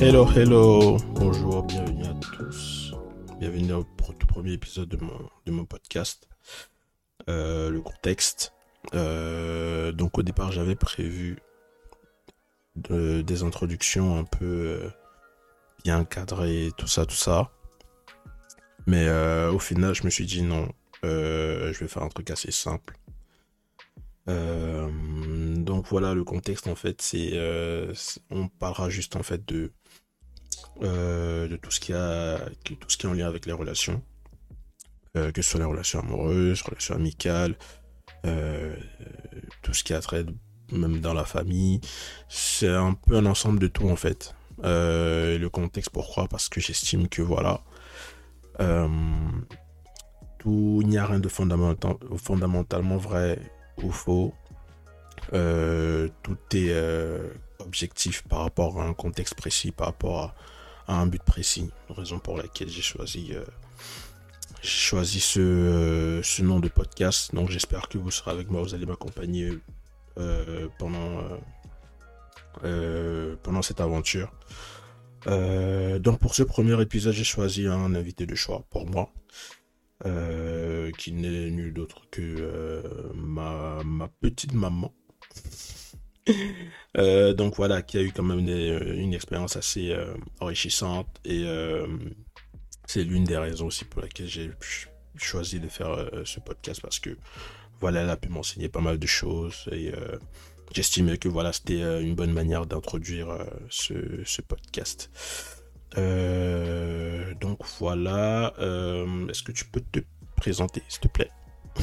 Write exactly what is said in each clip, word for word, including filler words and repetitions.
Hello, hello, bonjour, bienvenue à tous. Bienvenue au pr- tout premier épisode de mon, de mon podcast. Euh, le contexte. Euh, donc au départ, j'avais prévu de- des introductions un peu euh, bien cadrées, tout ça, tout ça. Mais euh, au final, je me suis dit non, euh, je vais faire un truc assez simple. Euh, donc voilà, le contexte en fait, c'est, euh, c'est- on parlera juste en fait de euh, de tout ce qui a que- tout ce qui est en lien avec les relations, euh, que ce soit les relations amoureuses, relations amicales, euh, tout ce qui a trait de- même dans la famille. C'est un peu un ensemble de tout en fait. Euh, le contexte, pourquoi? Parce que j'estime que voilà, euh, tout, il n'y a rien de fondamental, fondamentalement vrai ou faux. Euh, tout est euh, objectif par rapport à un contexte précis, par rapport à, à un but précis. Raison pour laquelle j'ai choisi, euh, j'ai choisi ce, euh, ce nom de podcast. Donc j'espère que vous serez avec moi, vous allez m'accompagner euh, pendant, euh, euh, pendant cette aventure. Euh, donc pour ce premier épisode, j'ai choisi un invité de choix pour moi, euh, qui n'est nul d'autre que euh, ma, ma petite maman. Euh, donc voilà, qui a eu quand même des- une expérience assez euh, enrichissante et euh, c'est l'une des raisons aussi pour laquelle j'ai ch- choisi de faire euh, ce podcast parce que voilà, elle a pu m'enseigner pas mal de choses et euh, j'estimais que voilà, c'était euh, une bonne manière d'introduire euh, ce, ce podcast. Euh, donc voilà, euh, est-ce que tu peux te présenter, s'il te plaît?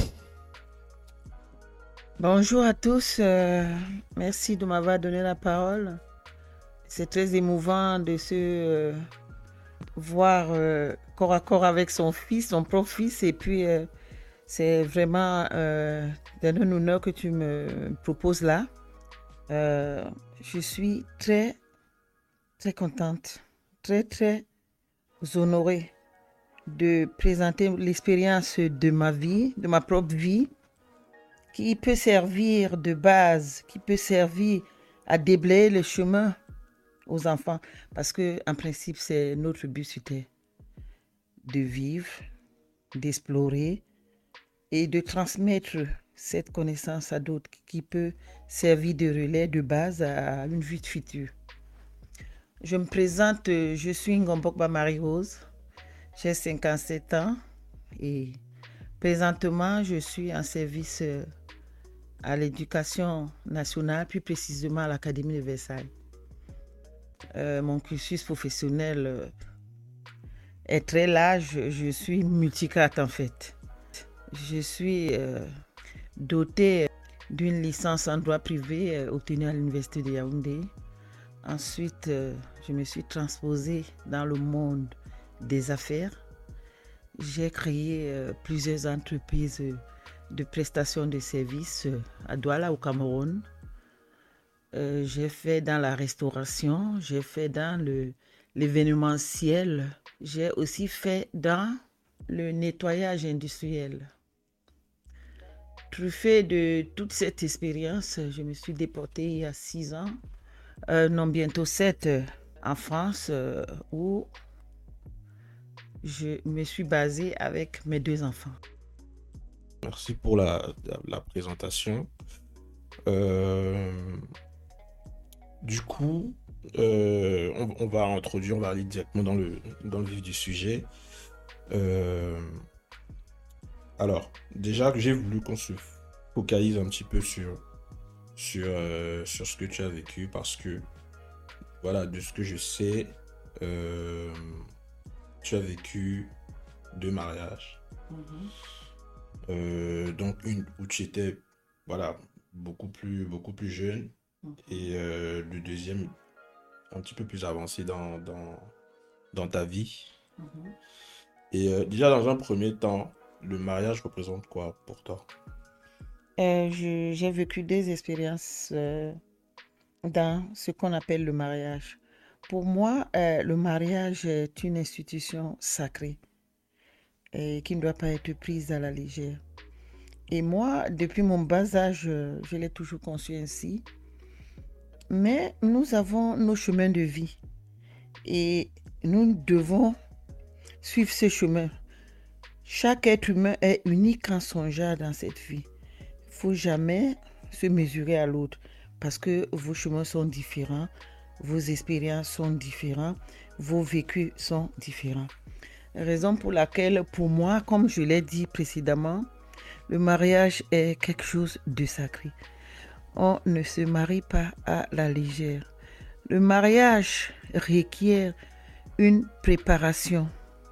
Bonjour à tous, euh, merci de m'avoir donné la parole. C'est très émouvant de se euh, voir euh, corps à corps avec son fils, son propre fils, et puis euh, c'est vraiment euh, d'un honneur que tu me proposes là. Euh, je suis très, très contente, très, très honorée de présenter l'expérience de ma vie, de ma propre vie, qui peut servir de base, qui peut servir à déblayer le chemin aux enfants. Parce que, en principe, c'est notre but, c'était de vivre, d'explorer et de transmettre cette connaissance à d'autres qui peut servir de relais de base à une vie future. Je me présente, je suis Ngombokba Marie-Rose, j'ai cinquante-sept ans et présentement, je suis en service à l'éducation nationale, plus précisément à l'Académie de Versailles. Euh, mon cursus professionnel euh, est très large, je suis multicarte en fait. Je suis euh, dotée d'une licence en droit privé euh, obtenue à l'Université de Yaoundé. Ensuite, euh, je me suis transposée dans le monde des affaires. J'ai créé euh, plusieurs entreprises euh, de prestation de services euh, à Douala au Cameroun. Euh, j'ai fait dans la restauration, j'ai fait dans le, l'événementiel, j'ai aussi fait dans le nettoyage industriel. Truffé de toute cette expérience, je me suis déportée il y a six ans, euh, non bientôt sept, euh, en France, euh, où je me suis basée avec mes deux enfants. Merci pour la, la, la présentation. Euh, Du coup, euh, on, on va introduire, on va aller directement dans le, dans le vif du sujet. Euh, alors, déjà que j'ai voulu qu'on se focalise un petit peu sur, sur, euh, sur ce que tu as vécu parce que, voilà, de ce que je sais, euh, tu as vécu deux mariages. Mm-hmm. Euh, donc, une où tu étais, voilà, beaucoup plus, beaucoup plus jeune et euh, le deuxième un petit peu plus avancé dans, dans, dans ta vie. Mm-hmm. Et euh, déjà, dans un premier temps, le mariage représente quoi pour toi? Euh, je- j'ai vécu des expériences euh, dans ce qu'on appelle le mariage. Pour moi, euh, le mariage est une institution sacrée et qui ne doit pas être prise à la légère. Et moi, depuis mon bas âge, euh, je l'ai toujours conçu ainsi. Mais nous avons nos chemins de vie. Et nous devons suivre ce chemin. Chaque être humain est unique en son genre dans cette vie. Il ne faut jamais se mesurer à l'autre parce que vos chemins sont différents, vos expériences sont différentes, vos vécus sont différents. Raison pour laquelle, pour moi, comme je l'ai dit précédemment, le mariage est quelque chose de sacré. On ne se marie pas à la légère. Le mariage requiert une préparation.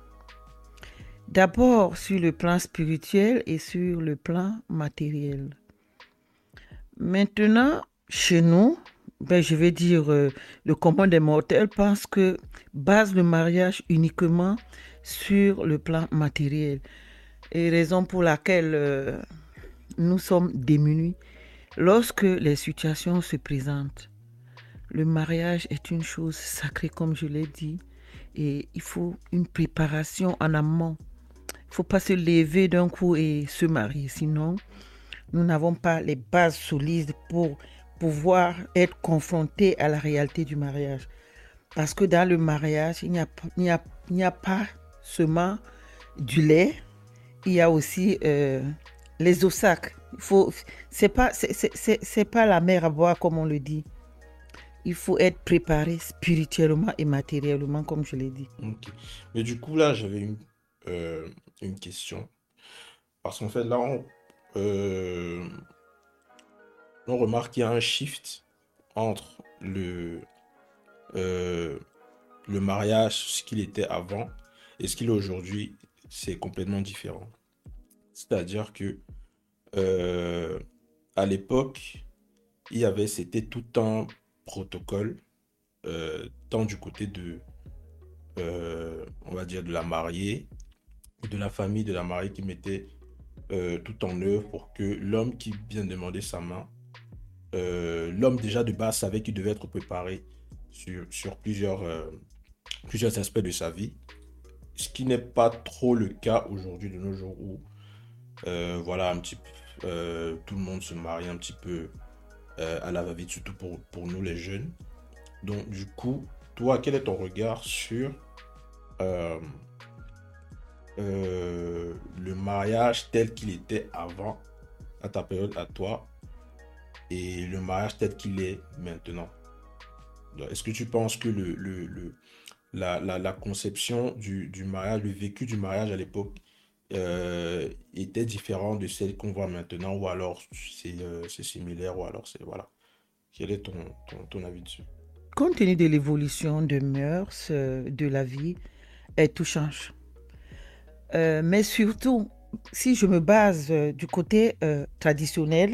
D'abord sur le plan spirituel et sur le plan matériel. Maintenant, chez nous, ben je vais dire, euh, le commun des mortels pense que base le mariage uniquement sur le plan matériel. Et raison pour laquelle euh, nous sommes démunis lorsque les situations se présentent. Le mariage est une chose sacrée, comme je l'ai dit, et il faut une préparation en amont. Il ne faut pas se lever d'un coup et se marier, sinon nous n'avons pas les bases solides pour pouvoir être confrontés à la réalité du mariage. Parce que dans le mariage, il n'y a, il n'y a, il n'y a pas seulement du lait, il y a aussi euh, les obstacles. Il faut, c'est pas, c'est, c'est, c'est, c'est pas la mer à boire comme on le dit. Il faut être préparé spirituellement et matériellement, comme je l'ai dit. Ok. Mais du coup, là, j'avais une, euh, une question. Parce qu'en fait, là, on, euh, on remarque qu'il y a un shift entre le, euh, le mariage, ce qu'il était avant, et ce qu'il est aujourd'hui. C'est complètement différent. C'est-à-dire que euh, à l'époque, il y avait, c'était tout un protocole, euh, tant du côté de, euh, on va dire, de la mariée, et de la famille de la mariée qui mettait euh, tout en œuvre pour que l'homme qui vient demander sa main, euh, l'homme déjà de base savait qu'il devait être préparé sur, sur plusieurs, euh, plusieurs aspects de sa vie, ce qui n'est pas trop le cas aujourd'hui de nos jours où euh, voilà un petit peu euh, tout le monde se marie un petit peu euh, à la va-vite, surtout pour, pour nous les jeunes. Donc du coup, toi, quel est ton regard sur euh, euh, le mariage tel qu'il était avant, à ta période, à toi, et le mariage tel qu'il est maintenant? Donc, est-ce que tu penses que le, le, le, la, la, la conception du, du mariage, le vécu du mariage à l'époque euh, était différent de celle qu'on voit maintenant, ou alors c'est euh, c'est similaire, ou alors c'est... Voilà. Quel est ton, ton, ton avis dessus? Compte tenu de l'évolution de mœurs, euh, de la vie, et tout change. Euh, mais surtout, si je me base euh, du côté euh, traditionnel,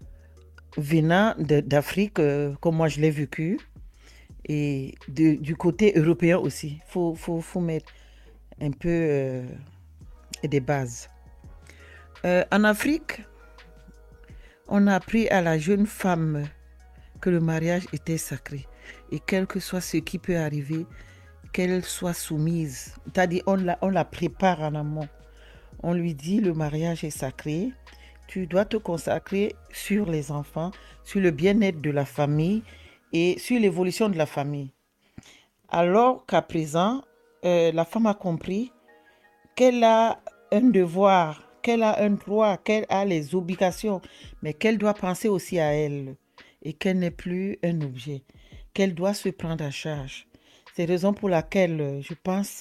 venant de, d'Afrique, euh, comme moi je l'ai vécu, et de, du côté européen aussi, il faut, faut, faut mettre un peu euh, des bases. Euh, en Afrique, on a appris à la jeune femme que le mariage était sacré et quel que soit ce qui peut arriver, qu'elle soit soumise. C'est-à-dire on la, on la prépare en amont. On lui dit le mariage est sacré, tu dois te consacrer sur les enfants, sur le bien-être de la famille et sur l'évolution de la famille. Alors qu'à présent, euh, la femme a compris qu'elle a un devoir, qu'elle a un droit, qu'elle a les obligations, mais qu'elle doit penser aussi à elle et qu'elle n'est plus un objet, qu'elle doit se prendre en charge. C'est la raison pour laquelle je pense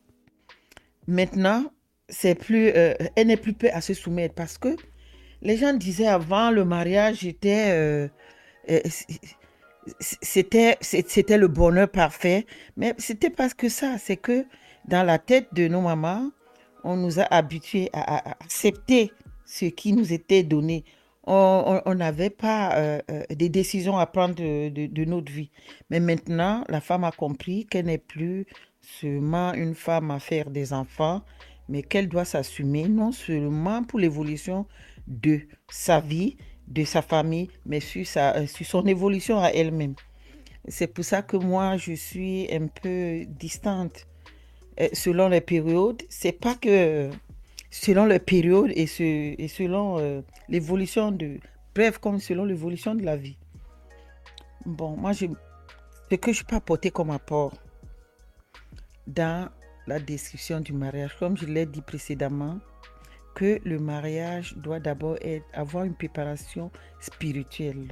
maintenant, c'est plus, euh, elle n'est plus prête à se soumettre parce que les gens disaient avant le mariage était, euh, euh, c'était, c'était le bonheur parfait, mais c'était pas que ça, c'est que dans la tête de nos mamans, on nous a habitués à, à accepter ce qui nous était donné. On n'avait pas euh, euh, des décisions à prendre de, de, de notre vie. Mais maintenant, la femme a compris qu'elle n'est plus seulement une femme à faire des enfants, mais qu'elle doit s'assumer non seulement pour l'évolution de sa vie, de sa famille, mais sur, sa, sur son évolution à elle-même. C'est pour ça que moi, je suis un peu distante. Euh, selon les périodes, c'est pas que selon les périodes et, ce, et selon euh, l'évolution de... Bref, comme selon l'évolution de la vie. Bon, moi, je, ce que je peux apporter comme apport, dans la description du mariage. Comme je l'ai dit précédemment, que le mariage doit d'abord être, avoir une préparation spirituelle.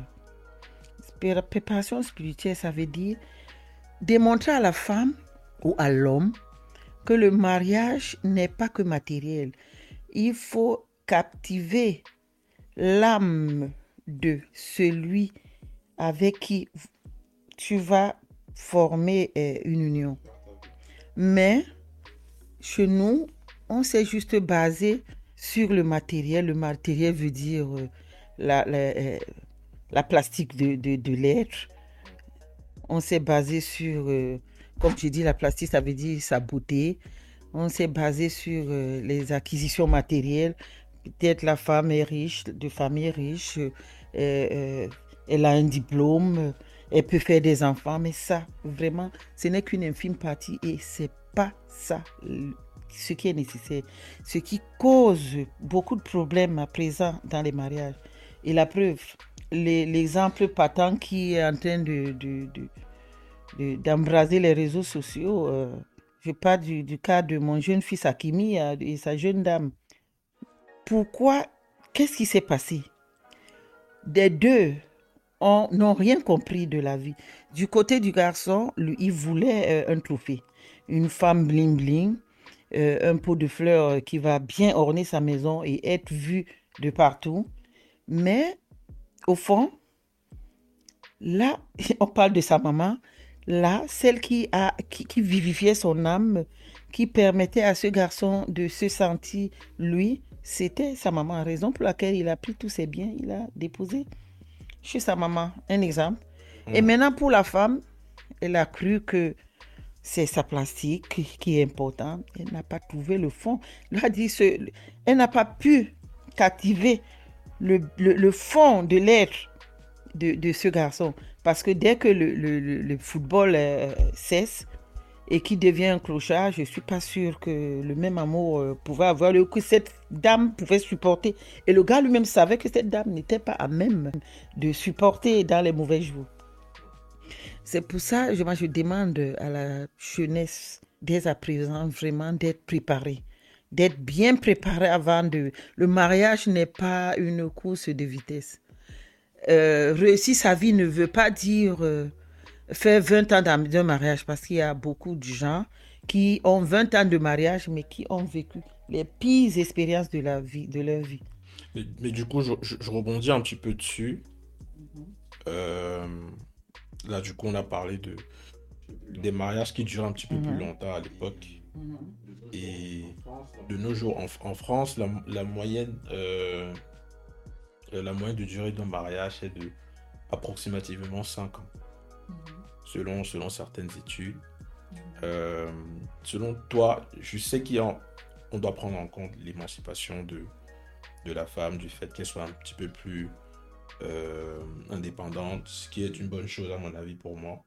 Préparation spirituelle, ça veut dire démontrer à la femme ou à l'homme que le mariage n'est pas que matériel. Il faut captiver l'âme de celui avec qui tu vas former euh, une union. Mais chez nous, on s'est juste basé sur le matériel. Le matériel veut dire euh, la, la, euh, la plastique de, de, de l'être. On s'est basé sur, euh, comme je dis, la plastique, ça veut dire sa beauté. On s'est basé sur euh, les acquisitions matérielles. Peut-être la femme est riche, de famille riche, euh, euh, elle a un diplôme, elle peut faire des enfants, mais ça, vraiment, ce n'est qu'une infime partie et c'est pas ça ce qui est nécessaire. Ce qui cause beaucoup de problèmes à présent dans les mariages. Et la preuve, les, l'exemple patent qui est en train de, de, de, de, d'embraser les réseaux sociaux, euh, je parle du, du cas de mon jeune fils Hakimi et sa jeune dame. Pourquoi? Qu'est-ce qui s'est passé? Des deux ont, n'ont rien compris de la vie. Du côté du garçon, lui, il voulait euh, un trophée. Une femme bling bling, euh, un pot de fleurs qui va bien orner sa maison et être vue de partout. Mais au fond, là, on parle de sa maman. Là, celle qui, a, qui, qui vivifiait son âme, qui permettait à ce garçon de se sentir, lui, c'était sa maman. Raison pour laquelle il a pris tous ses biens, il a déposé chez sa maman. Un exemple. Mmh. Et maintenant, pour la femme, elle a cru que c'est sa plastique qui est importante. Elle n'a pas trouvé le fond. Elle, a dit ce, elle n'a pas pu captiver le, le, le fond de l'être de, de ce garçon. Parce que dès que le, le, le football euh, cesse et qu'il devient un clochard, je ne suis pas sûre que le même amour euh, pouvait avoir lieu, que cette dame pouvait supporter. Et le gars lui-même savait que cette dame n'était pas à même de supporter dans les mauvais jours. C'est pour ça que je, moi, je demande à la jeunesse, dès à présent, vraiment d'être préparée. D'être bien préparée avant de... Le mariage n'est pas une course de vitesse. Euh, réussir sa vie ne veut pas dire euh, faire vingt ans d'un mariage, parce qu'il y a beaucoup de gens qui ont vingt ans de mariage, mais qui ont vécu les pires expériences de, la vie, de leur vie. Mais, mais du coup, je, je, je rebondis un petit peu dessus. Mm-hmm. Euh, là, du coup, on a parlé de, des mariages qui durent un petit peu mm-hmm. plus longtemps à l'époque. Mm-hmm. Et de nos jours, en, en France, la, la moyenne... Euh, la moyenne de durée d'un mariage est de approximativement cinq ans, mmh. selon, selon certaines études. Mmh. Euh, selon toi, je sais qu'on doit prendre en compte l'émancipation de, de la femme, du fait qu'elle soit un petit peu plus euh, indépendante, ce qui est une bonne chose à mon avis pour moi.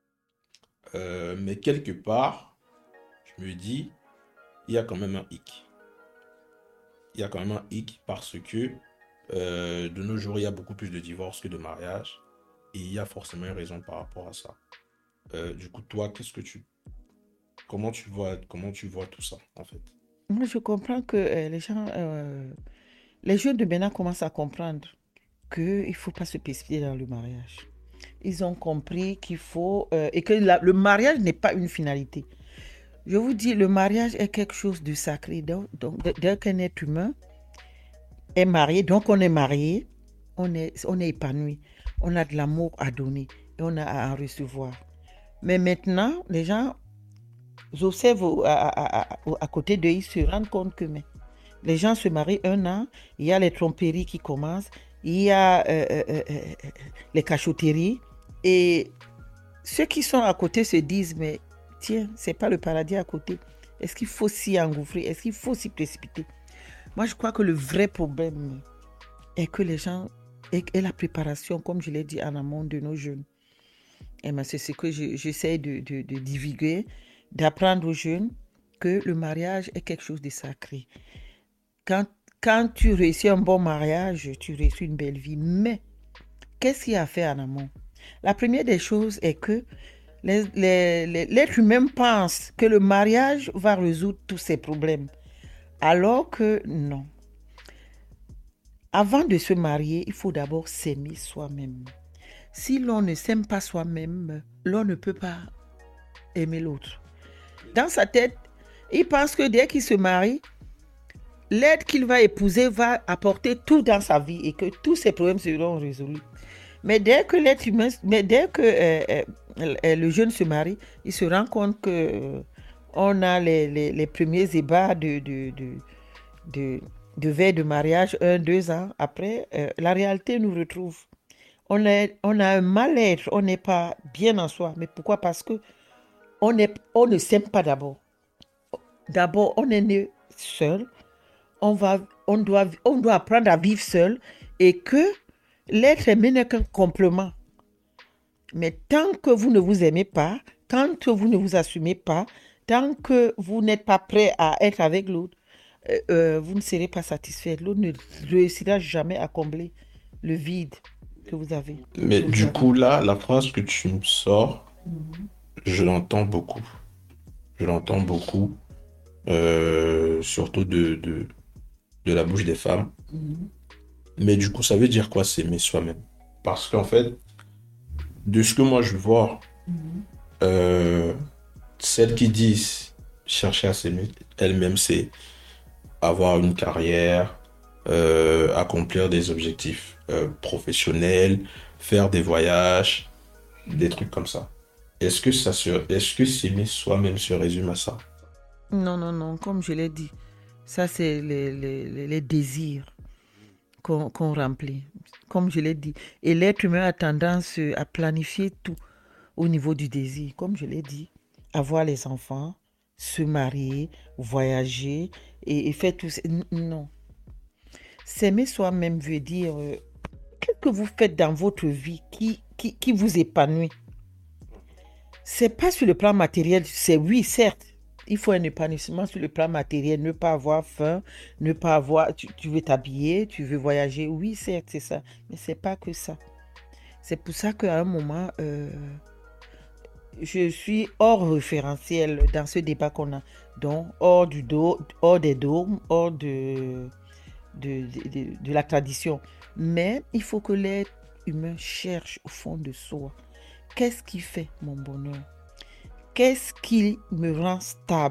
Euh, mais quelque part, je me dis, il y a quand même un hic. Il y a quand même un hic parce que Euh, de nos jours, il y a beaucoup plus de divorces que de mariages et il y a forcément une raison par rapport à ça. Euh, du coup, toi, qu'est-ce que tu, comment tu vois, comment tu vois tout ça en fait? Moi, je comprends que euh, les gens, euh, les jeunes de maintenant commencent à comprendre que il faut pas se précipiter dans le mariage. Ils ont compris qu'il faut euh, et que la, le mariage n'est pas une finalité. Je vous dis, le mariage est quelque chose de sacré. Donc, donc dès qu'un être humain est marié, donc on est marié, on est, on est épanoui, on a de l'amour à donner et on a à en recevoir. Mais maintenant, les gens observent à, à, à, à côté d'eux, ils se rendent compte que mais, les gens se marient un an, il y a les tromperies qui commencent, il y a euh, euh, euh, les cachotteries et ceux qui sont à côté se disent mais tiens, c'est pas le paradis à côté. Est-ce qu'il faut s'y engouffrer? Est-ce qu'il faut s'y précipiter? Moi, je crois que le vrai problème est que les gens aient la préparation, comme je l'ai dit en amont de nos jeunes. Et bien, c'est ce que je, j'essaie de, de, de divulguer, d'apprendre aux jeunes que le mariage est quelque chose de sacré. Quand, quand tu réussis un bon mariage, tu réussis une belle vie. Mais qu'est-ce qu'il y a à faire en amont? La première des choses est que Les- les- les- l'être humain pense que le mariage va résoudre tous ses problèmes, alors que non. Avant de se marier, il faut d'abord s'aimer soi-même. Si l'on ne s'aime pas soi-même, l'on ne peut pas aimer l'autre. Dans sa tête, il pense que dès qu'il se marie, l'être qu'il va épouser va apporter tout dans sa vie et que tous ses problèmes seront résolus. Mais dès que l'être humain, mais dès que euh, euh, le jeune se marie, il se rend compte que euh, on a les, les, les premiers ébats de, de, de, de, de veille de mariage, un, deux ans après, euh, la réalité nous retrouve. On, est, on a un mal-être, on n'est pas bien en soi. Mais pourquoi? Parce que on, est, on ne s'aime pas d'abord. D'abord, on est né seul. On, va, on, doit, on doit apprendre à vivre seul et que l'être aimé n'est qu'un complément. Mais tant que vous ne vous aimez pas, tant que vous ne vous assumez pas, tant que vous n'êtes pas prêt à être avec l'autre, euh, euh, vous ne serez pas satisfait. L'autre ne réussira jamais à combler le vide que vous avez. Mais du coup, là, la phrase que tu me sors, je l'entends beaucoup. Je l'entends beaucoup, euh, surtout de, de, de la bouche des femmes. Mais du coup, ça veut dire quoi s'aimer soi-même? Parce qu'en fait, de ce que moi je vois, euh, celles qui disent chercher à s'aimer elles-mêmes, c'est avoir une carrière, euh, accomplir des objectifs euh, professionnels, faire des voyages, des trucs comme ça. Est-ce que ça se, est-ce que s'aimer soi-même se résume à ça? Non, non, non, comme je l'ai dit, ça c'est les, les, les- les désirs qu'on qu'on remplit, comme je l'ai dit. Et l'être humain a tendance à planifier tout au niveau du désir, comme je l'ai dit. Avoir les enfants, se marier, voyager et, et faire tout ça. N- Non. S'aimer soi-même veut dire euh, qu'est-ce que vous faites dans votre vie qui, qui, qui vous épanouit. C'est pas sur le plan matériel, c'est oui, certes. Il faut un épanouissement sur le plan matériel, ne pas avoir faim, ne pas avoir. Tu, tu veux t'habiller, tu veux voyager, oui, certes, c'est ça. Mais c'est pas que ça. C'est pour ça qu'à un moment, euh, je suis hors référentiel dans ce débat qu'on a. Donc, hors, du do- hors des dômes, hors de, de, de, de- de la tradition. Mais il faut que l'être humain cherche au fond de soi. Qu'est-ce qui fait mon bonheur? Qu'est-ce qui me rend stable?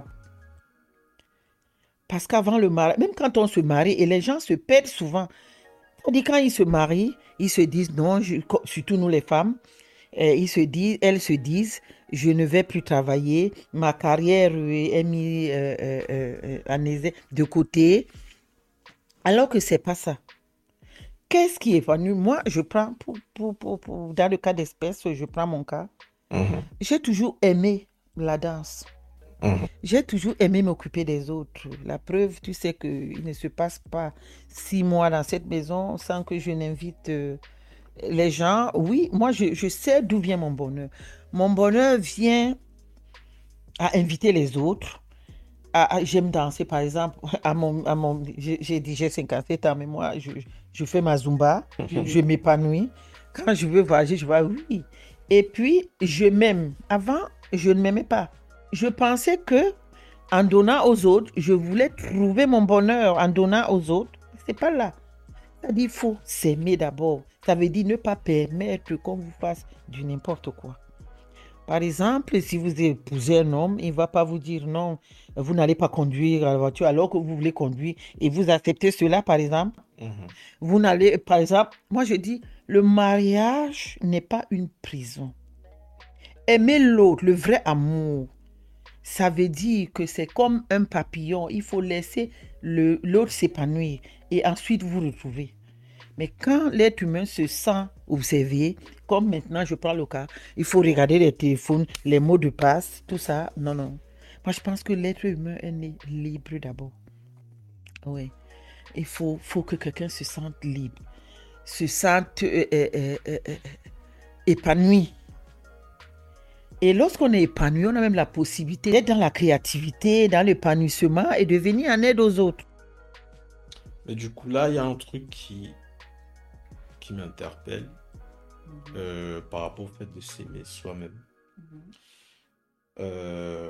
Parce qu'avant le mariage, même quand on se marie, et les gens se perdent souvent. On dit quand ils se marient, ils se disent non, je- surtout nous les femmes, euh, ils se disent, elles se disent, je ne vais plus travailler, ma carrière est mise euh, euh, euh, en exer- de côté, alors que c'est pas ça. Qu'est-ce qui est venu? Moi, je prends, pour, pour, pour, pour- dans le cas d'espèce, je prends mon cas. Mhm, J'ai toujours aimé la danse. mhm. J'ai toujours aimé m'occuper des autres. La preuve, tu sais qu'il ne se passe pas six mois dans cette maison sans que je n'invite euh, les gens. Oui, moi, je, je sais d'où vient mon bonheur. Mon bonheur vient à inviter les autres. À- à- j'aime danser, par exemple. À mon, à mon, j'ai j'ai dit, j'ai cinquante-sept ans, mais moi, je, je fais ma Zumba. Je m'épanouis. Quand je veux voyager, je vois, oui. Et puis, je m'aime. Avant, je ne m'aimais pas. Je pensais que en donnant aux autres, je voulais trouver mon bonheur en donnant aux autres. C'est pas là. Ça dit, il faut s'aimer d'abord. Ça veut dire ne pas permettre qu'on vous fasse du n'importe quoi. Par exemple, si vous épousez un homme, il ne va pas vous dire non, vous n'allez pas conduire la voiture alors que vous voulez conduire et vous acceptez cela, par exemple. Mhm. Vous n'allez, par exemple, moi je dis, le mariage n'est pas une prison. Aimer l'autre, le vrai amour, ça veut dire que c'est comme un papillon. Il faut laisser le, l'autre s'épanouir et ensuite vous retrouver. Mais quand l'être humain se sent observé, comme maintenant je prends le cas, il faut regarder les téléphones, les mots de passe, tout ça. Non, non. Moi, je pense que l'être humain est né libre d'abord. Oui. Il faut, faut que quelqu'un se sente libre, se sente euh, euh, euh, euh, euh, épanoui. Et lorsqu'on est épanoui, on a même la possibilité d'être dans la créativité, dans l'épanouissement et de venir en aide aux autres. Mais du coup, là, il y a un truc qui, qui m'interpelle euh, par rapport au fait de s'aimer soi-même. Mhm. Euh,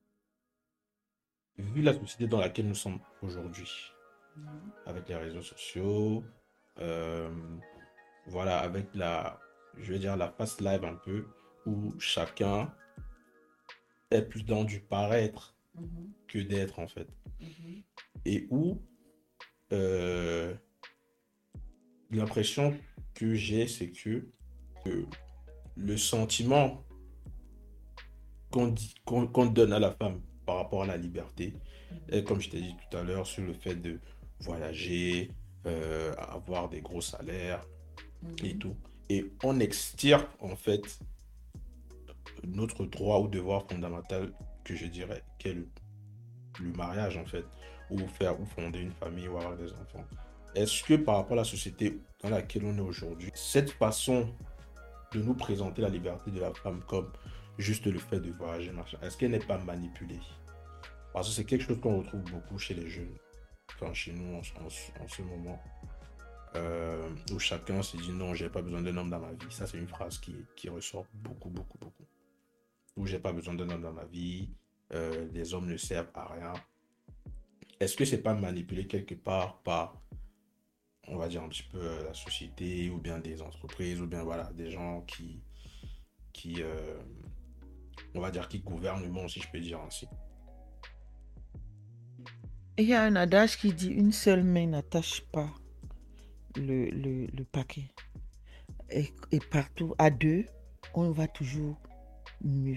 Vu la société dans laquelle nous sommes aujourd'hui, Mhm. avec les réseaux sociaux, euh, voilà, avec la, je vais dire la fast life un peu, où chacun est plus dans du paraître Mhm. que d'être en fait. Mhm. Et où euh, l'impression que j'ai, c'est que euh, le sentiment qu'on dit, qu'on qu'on donne à la femme par rapport à la liberté, et comme je t'ai dit tout à l'heure, sur le fait de voyager, euh, avoir des gros salaires et Mhm. tout. Et on extirpe en fait notre droit ou devoir fondamental que je dirais qu'est le, le mariage en fait, ou faire ou fonder une famille ou avoir des enfants. Est-ce que par rapport à la société dans laquelle on est aujourd'hui, cette façon de nous présenter la liberté de la femme comme juste le fait de voyager, machin, est-ce qu'elle n'est pas manipulée? Parce que c'est quelque chose qu'on retrouve beaucoup chez les jeunes, enfin chez nous en, en- en ce moment, euh, où chacun se dit non, j'ai pas besoin d'un homme dans ma vie. Ça, c'est une phrase qui, qui ressort beaucoup, beaucoup, beaucoup. Où j'ai pas besoin d'un homme dans ma vie, euh, les hommes ne servent à rien. Est-ce que c'est pas manipulé quelque part par, on va dire un petit peu euh, la société ou bien des entreprises ou bien voilà, des gens qui, qui euh, on va dire qui gouvernent le monde, si je peux dire ainsi. Il y a un adage qui dit une seule main n'attache pas le, le, le paquet. Et, et partout, à deux, on va toujours mieux.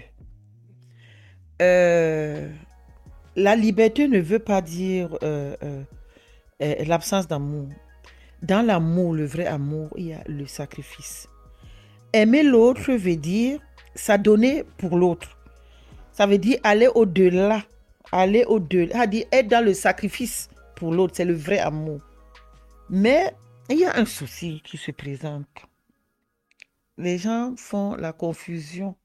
Euh, la liberté ne veut pas dire euh, euh, euh, l'absence d'amour. Dans l'amour, le vrai amour, il y a le sacrifice. Aimer l'autre veut dire s'adonner pour l'autre. Ça veut dire aller au-delà. Aller au-delà. Ça veut dire être dans le sacrifice pour l'autre. C'est le vrai amour. Mais il y a un souci qui se présente. Les gens font la confusion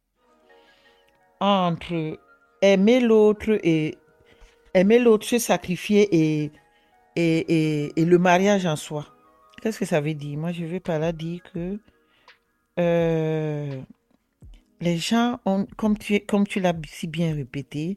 entre aimer l'autre et aimer l'autre, se sacrifier et, et, et, et le mariage en soi. Qu'est-ce que ça veut dire? Moi, je veux par là dire que euh, les gens ont, comme tu, comme tu l'as si bien répété,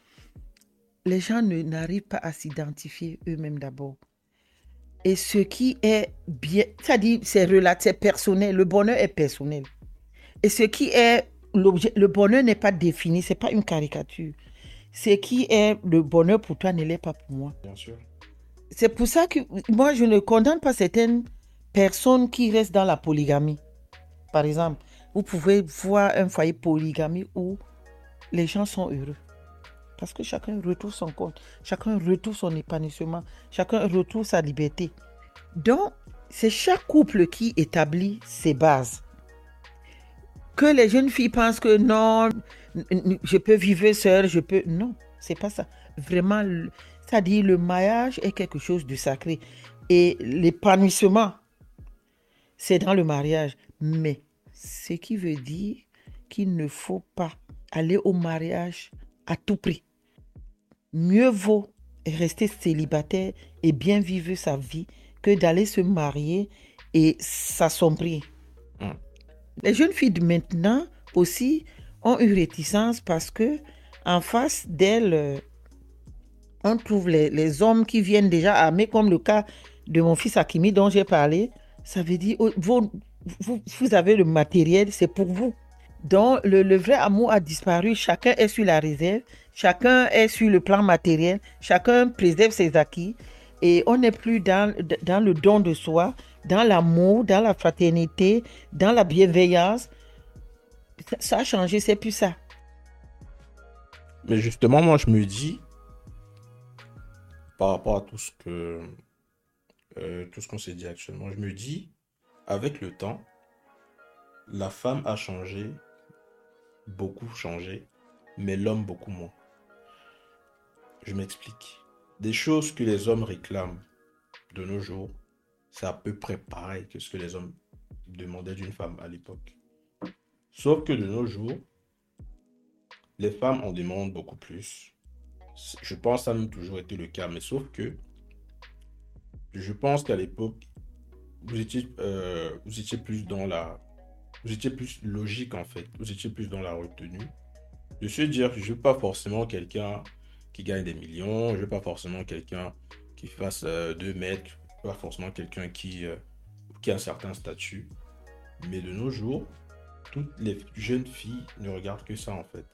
les gens ne, n'arrivent pas à s'identifier eux-mêmes d'abord. Et ce qui est bien, c'est-à-dire c'est relatif, c'est personnel, le bonheur est personnel. Et ce qui est l'objet, le bonheur n'est pas défini, c'est pas une caricature. Ce qui est le bonheur pour toi ne l'est pas pour moi. Bien sûr. C'est pour ça que moi, je ne condamne pas certaines personnes qui restent dans la polygamie. Par exemple, vous pouvez voir un foyer polygamie où les gens sont heureux. Parce que chacun retrouve son compte, chacun retrouve son épanouissement, chacun retrouve sa liberté. Donc, c'est chaque couple qui établit ses bases. Que les jeunes filles pensent que non, je peux vivre seule, je peux... Non, c'est pas ça. Vraiment, ça dit le mariage est quelque chose de sacré. Et l'épanouissement, c'est dans le mariage. Mais ce qui veut dire qu'il ne faut pas aller au mariage à tout prix. Mieux vaut rester célibataire et bien vivre sa vie que d'aller se marier et s'assombrir. Hum. Les jeunes filles de maintenant aussi ont une réticence parce que en face d'elles, on trouve les, les hommes qui viennent déjà armés, comme le cas de mon fils Hakimi dont j'ai parlé. Ça veut dire, oh, vous, vous, vous avez le matériel, c'est pour vous. Donc, le, le vrai amour a disparu. Chacun est sur la réserve, chacun est sur le plan matériel, chacun préserve ses acquis. Et on n'est plus dans, dans le don de soi, dans l'amour, dans la fraternité, dans la bienveillance. Ça, ça a changé, c'est plus ça. Mais justement, moi, je me dis, par rapport à tout ce que, euh, tout ce qu'on s'est dit actuellement, je me dis, avec le temps, la femme a changé, beaucoup changé, mais l'homme beaucoup moins. Je m'explique. Des choses que les hommes réclament de nos jours, c'est à peu près pareil que ce que les hommes demandaient d'une femme à l'époque. Sauf que de nos jours, les femmes en demandent beaucoup plus. Je pense que ça a même toujours été le cas, mais sauf que je pense qu'à l'époque, vous étiez, euh, vous étiez plus dans la, vous étiez plus logique en fait. Vous étiez plus dans la retenue. De se dire, je veux pas forcément quelqu'un qui gagne des millions, je veux pas forcément quelqu'un qui fasse euh, deux mètres, je veux pas forcément quelqu'un qui, euh, qui a un certain statut. Mais de nos jours, toutes les jeunes filles ne regardent que ça en fait.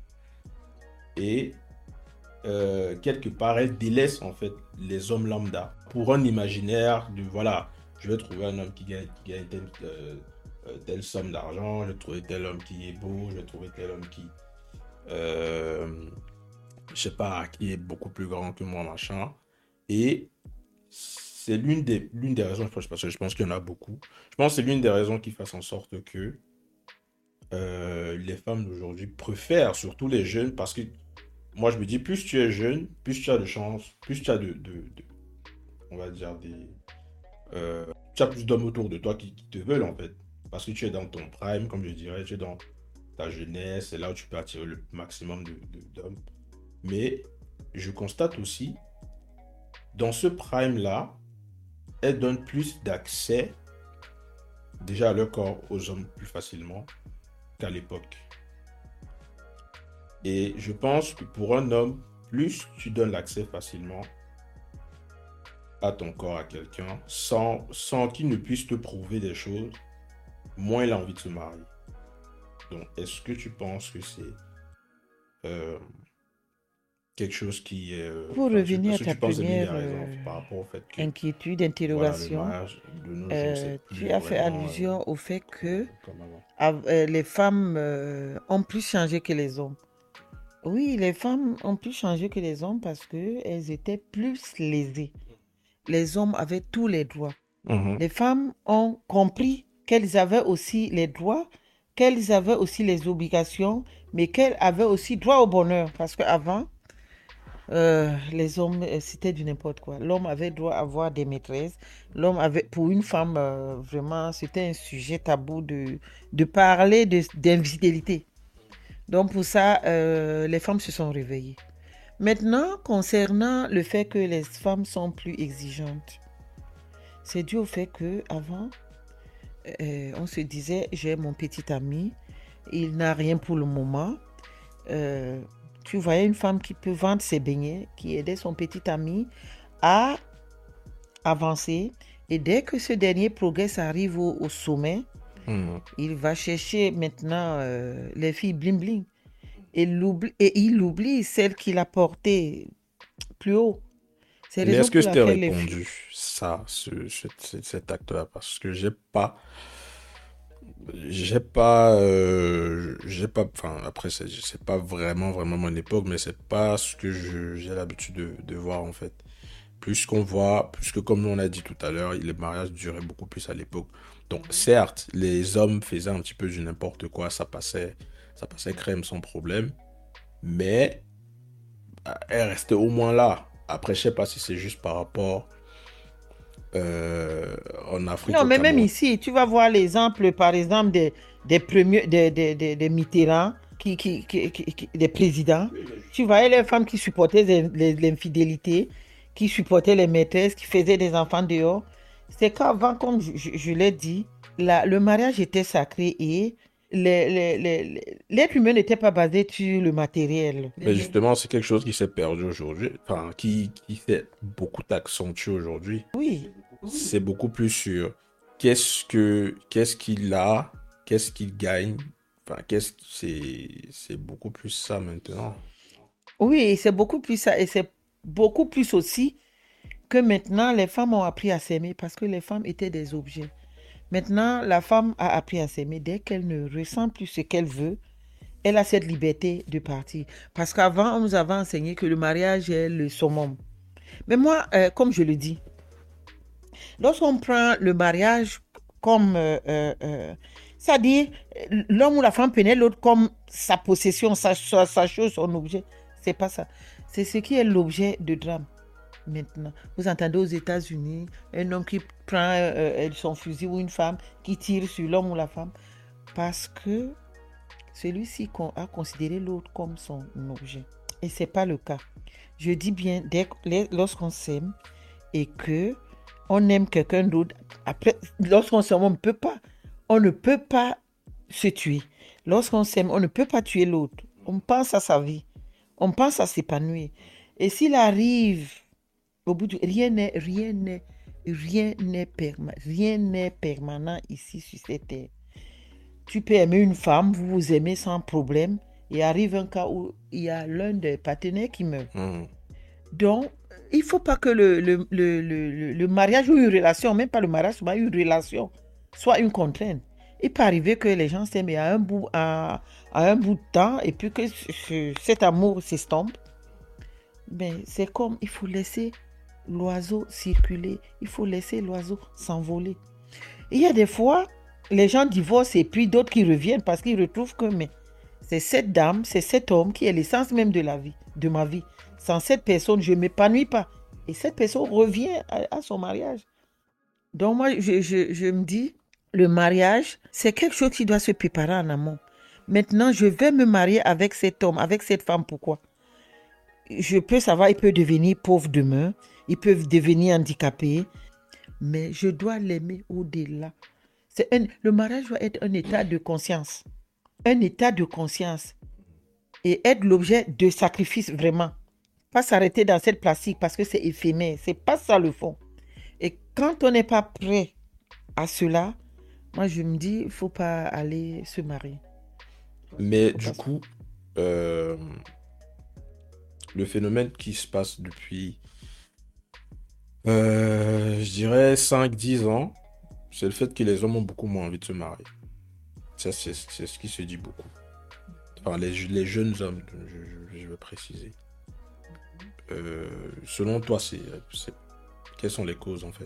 Et euh, quelque part, elles délaissent en fait les hommes lambda pour un imaginaire de voilà, je vais trouver un homme qui gagne, qui gagne telle, euh, euh, telle somme d'argent, je vais trouver tel homme qui est beau, je vais trouver tel homme qui, euh, je sais pas, qui est beaucoup plus grand que moi, machin. Et c'est l'une des, l'une des raisons, parce que je pense qu'il y en a beaucoup, je pense que c'est l'une des raisons qui fasse en sorte que euh, les femmes d'aujourd'hui préfèrent, surtout les jeunes, parce que moi je me dis, plus tu es jeune, plus tu as de chance, plus tu as de, de, de on va dire, des, euh, tu as plus d'hommes autour de toi qui, qui te veulent en fait. Parce que tu es dans ton prime, comme je dirais, tu es dans ta jeunesse, c'est là où tu peux attirer le maximum de, de, d'hommes. Mais je constate aussi, dans ce prime-là, elles donnent plus d'accès déjà à leur corps aux hommes plus facilement qu'à l'époque. Et je pense que pour un homme, plus tu donnes l'accès facilement à ton corps à quelqu'un, sans, sans qu'il ne puisse te prouver des choses, moins il a envie de se marier. Donc, est-ce que tu penses que c'est euh, quelque chose qui est... Euh, Pour enfin, revenir à tu, ta tu penses première raison, euh, par rapport au fait que inquiétude, voilà, le interrogation, mariage de nos jours, euh, c'est plus tu as fait vraiment, allusion euh, au fait que comme avant. av- euh, les femmes euh, ont plus changé que les hommes. Oui, les femmes ont plus changé que les hommes parce qu'elles étaient plus lésées. Les hommes avaient tous les droits. Mhm. Les femmes ont compris qu'elles avaient aussi les droits, qu'elles avaient aussi les obligations, mais qu'elles avaient aussi droit au bonheur. Parce qu'avant, euh, les hommes, euh, c'était du n'importe quoi. L'homme avait droit à avoir des maîtresses. L'homme avait, pour une femme, euh, vraiment, c'était un sujet tabou de, de parler de, d'infidélité. Donc pour ça, euh, les femmes se sont réveillées. Maintenant, concernant le fait que les femmes sont plus exigeantes, c'est dû au fait qu'avant, euh, on se disait, j'ai mon petit ami, il n'a rien pour le moment. Euh, tu voyais une femme qui peut vendre ses beignets, qui aidait son petit ami à avancer. Et dès que ce dernier progresse arrive au, au sommet, Mhm. il va chercher maintenant euh, les filles bling bling. Et, l'oublie, et il oublie celle qu'il a portée plus haut. C'est la Mais raison est-ce que pour c'était laquelle les filles... répondu, ça, ce, ce- ce- cet acte-là? Parce que j'ai pas, j'ai pas, euh, j'ai pas, enfin, après, c'est c'est pas vraiment, vraiment mon époque, mais c'est pas ce que je- j'ai l'habitude de, de voir, en fait. Plus qu'on voit, plus que comme on a dit tout à l'heure, les mariages duraient beaucoup plus à l'époque. Donc, certes, les hommes faisaient un petit peu du n'importe quoi, ça passait, ça passait crème sans problème, mais euh, elle restait au moins là. Après, je sais pas si c'est juste par rapport euh, en Afrique, Non, au mais même Cameroun. ici, tu vas voir l'exemple, par exemple, des, des premiers, des, des, des, des Mitterrand, qui, qui, qui, qui- qui- des présidents. Tu voyais les femmes qui supportaient les- les- l'infidélité, qui supportaient les maîtresses, qui faisaient des enfants dehors. C'est qu'avant, comme je, je- je l'ai dit, la- le mariage était sacré et les- les- les- les- l'être humain n'était pas basé sur le matériel. Mais justement, c'est quelque chose qui s'est perdu aujourd'hui, enfin, qui, qui fait beaucoup accentué aujourd'hui. Oui, C'est beaucoup plus sur qu'est-ce que, qu'est-ce qu'il a, qu'est-ce qu'il gagne. Enfin, qu'est-ce que c'est, c'est beaucoup plus ça maintenant. oui, et c'est beaucoup plus ça. Et c'est beaucoup plus aussi que maintenant, les femmes ont appris à s'aimer parce que les femmes étaient des objets. Maintenant, la femme a appris à s'aimer. Dès qu'elle ne ressent plus ce qu'elle veut, elle a cette liberté de partir. Parce qu'avant, on nous avait enseigné que le mariage est le summum. Mais moi, euh, comme je le dis, lorsqu'on prend le mariage comme, euh, euh, euh, c'est-à-dire l'homme ou la femme prenait l'autre comme sa possession, sa, sa, sa chose, son objet, c'est pas ça. C'est ce qui est l'objet de drame. Maintenant, vous entendez aux États-Unis un homme qui prend euh, son fusil ou une femme qui tire sur l'homme ou la femme parce que celui-ci a considéré l'autre comme son objet. Et ce n'est pas le cas. Je dis bien, dès, lorsqu'on s'aime et que on aime quelqu'un d'autre, après, lorsqu'on s'aime, on ne peut pas. On ne peut pas se tuer. Lorsqu'on s'aime, on ne peut pas tuer l'autre. On pense à sa vie. On pense à s'épanouir. Et s'il arrive, au bout du... Rien n'est, rien n'est, rien n'est perma... rien n'est permanent ici sur cette terre. Tu peux aimer une femme, vous vous aimez sans problème, et arrive un cas où il y a l'un des partenaires qui meurt. Mmh. Donc, il ne faut pas que le, le, le, le, le mariage ou une relation, même pas le mariage, mais une relation, soit une contrainte. Il peut arriver que les gens s'aiment à un bout, à, à un bout de temps, et puis que ce, cet amour s'estompe. Mais c'est comme, il faut laisser l'oiseau circuler, il faut laisser l'oiseau s'envoler. Il y a des fois, les gens divorcent et puis d'autres qui reviennent parce qu'ils retrouvent que mais, c'est cette dame, c'est cet homme qui est l'essence même de la vie, de ma vie. Sans cette personne, je ne m'épanouis pas. Et cette personne revient à, à son mariage. Donc moi, je, je, je me dis, le mariage, c'est quelque chose qui doit se préparer en amont. Maintenant, je vais me marier avec cet homme, avec cette femme. Pourquoi? Je peux savoir, il peut devenir pauvre demain, il peut devenir handicapé, mais je dois l'aimer au-delà. C'est un, le mariage doit être un état de conscience. Un état de conscience. Et être l'objet de sacrifice vraiment. Pas s'arrêter dans cette plastique parce que c'est éphémère. C'est pas ça le fond. Et quand on n'est pas prêt à cela, moi je me dis, il ne faut pas aller se marier. Mais du coup, euh, le phénomène qui se passe depuis, euh, je dirais, cinq dix ans, c'est le fait que les hommes ont beaucoup moins envie de se marier. Ça, c'est, c'est ce qui se dit beaucoup. Enfin, les, les jeunes hommes, je, je, je veux préciser. Euh, selon toi, c'est, c'est, quelles sont les causes, en fait?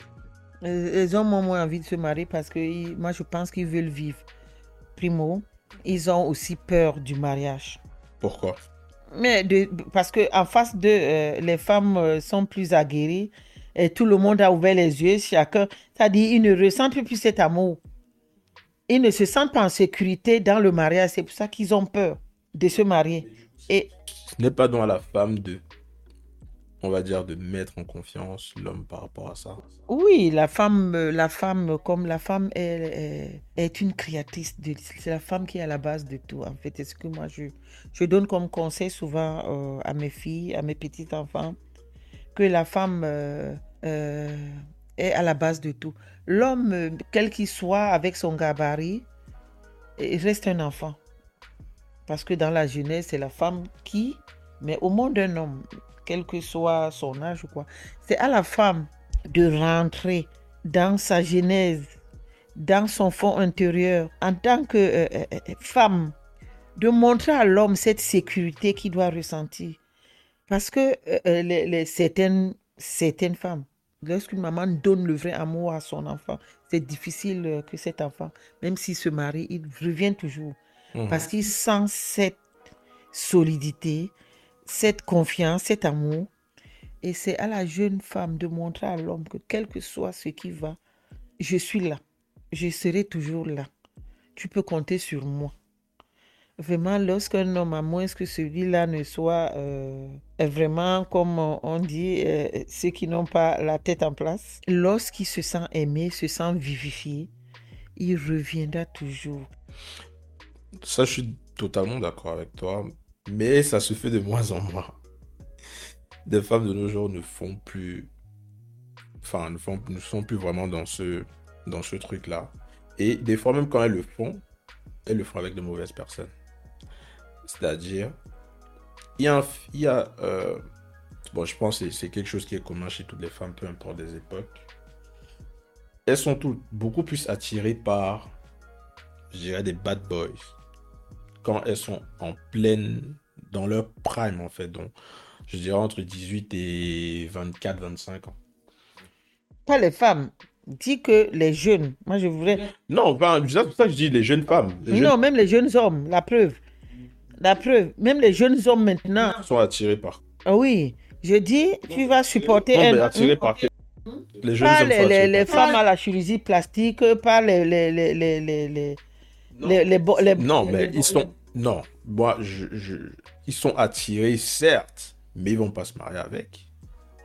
Les hommes ont moins envie de se marier parce que ils, moi, je pense qu'ils veulent vivre. Primo, ils ont aussi peur du mariage. Pourquoi? Mais de, parce qu'en face de euh, les femmes euh, sont plus aguerries et tout le monde a ouvert les yeux, chacun, c'est-à-dire ils ne ressentent plus cet amour. Ils ne se sentent pas en sécurité dans le mariage, c'est pour ça qu'ils ont peur de se marier. Et ce n'est pas donc à la femme de, on va dire, de mettre en confiance l'homme par rapport à ça. Oui, la femme, la femme, comme la femme est, est, est une créatrice, de, c'est la femme qui est à la base de tout, en fait. C'est ce que moi, je, je donne comme conseil souvent euh, à mes filles, à mes petits-enfants, que la femme euh, euh, est à la base de tout. L'homme, quel qu'il soit, avec son gabarit, il reste un enfant. Parce que dans la jeunesse, c'est la femme qui, mais au monde d'un homme, quel que soit son âge ou quoi, c'est à la femme de rentrer dans sa genèse, dans son fond intérieur, en tant que euh, euh, femme, de montrer à l'homme cette sécurité qu'il doit ressentir. Parce que euh, les, les, certaines, certaines femmes, lorsqu'une maman donne le vrai amour à son enfant, c'est difficile euh, que cet enfant, même s'il se marie, il revient toujours. Mmh. Parce qu'il sent cette solidité, cette confiance, cet amour. Et c'est à la jeune femme de montrer à l'homme que quel que soit ce qui va, je suis là. Je serai toujours là. Tu peux compter sur moi. Vraiment, lorsqu'un homme, à moins que celui-là ne soit euh, vraiment, comme on dit, euh, ceux qui n'ont pas la tête en place, lorsqu'il se sent aimé, se sent vivifié, il reviendra toujours. Ça, je suis totalement d'accord avec toi, mais ça se fait de moins en moins. Des femmes de nos jours ne font plus, enfin, ne, font, ne sont plus vraiment dans ce, dans ce truc-là. Et des fois, même quand elles le font, elles le font avec de mauvaises personnes. C'est-à-dire, il y a, un, il y a euh, bon, je pense que c'est quelque chose qui est commun chez toutes les femmes, peu importe des époques. Elles sont toutes beaucoup plus attirées par, je dirais, des bad boys quand elles sont en pleine, dans leur prime en fait, donc je dirais entre dix-huit et vingt-quatre vingt-cinq ans. Pas les femmes. Dis que les jeunes. Moi, je voudrais... Non, ben, c'est pour ça que je dis les jeunes femmes. Les non, jeunes... même les jeunes hommes, la preuve. La preuve. Même les jeunes hommes maintenant... Ils sont attirés par... Ah oui. Je dis, tu vas supporter... Non, un... mais attirés par... Les jeunes pas hommes les, sont les, les par... femmes à la chirurgie plastique, pas les... les, les, les, les, les... Non, les, les, les, non les, mais les, ils sont... Non, moi, je, je... ils sont attirés, certes, mais ils vont pas se marier avec.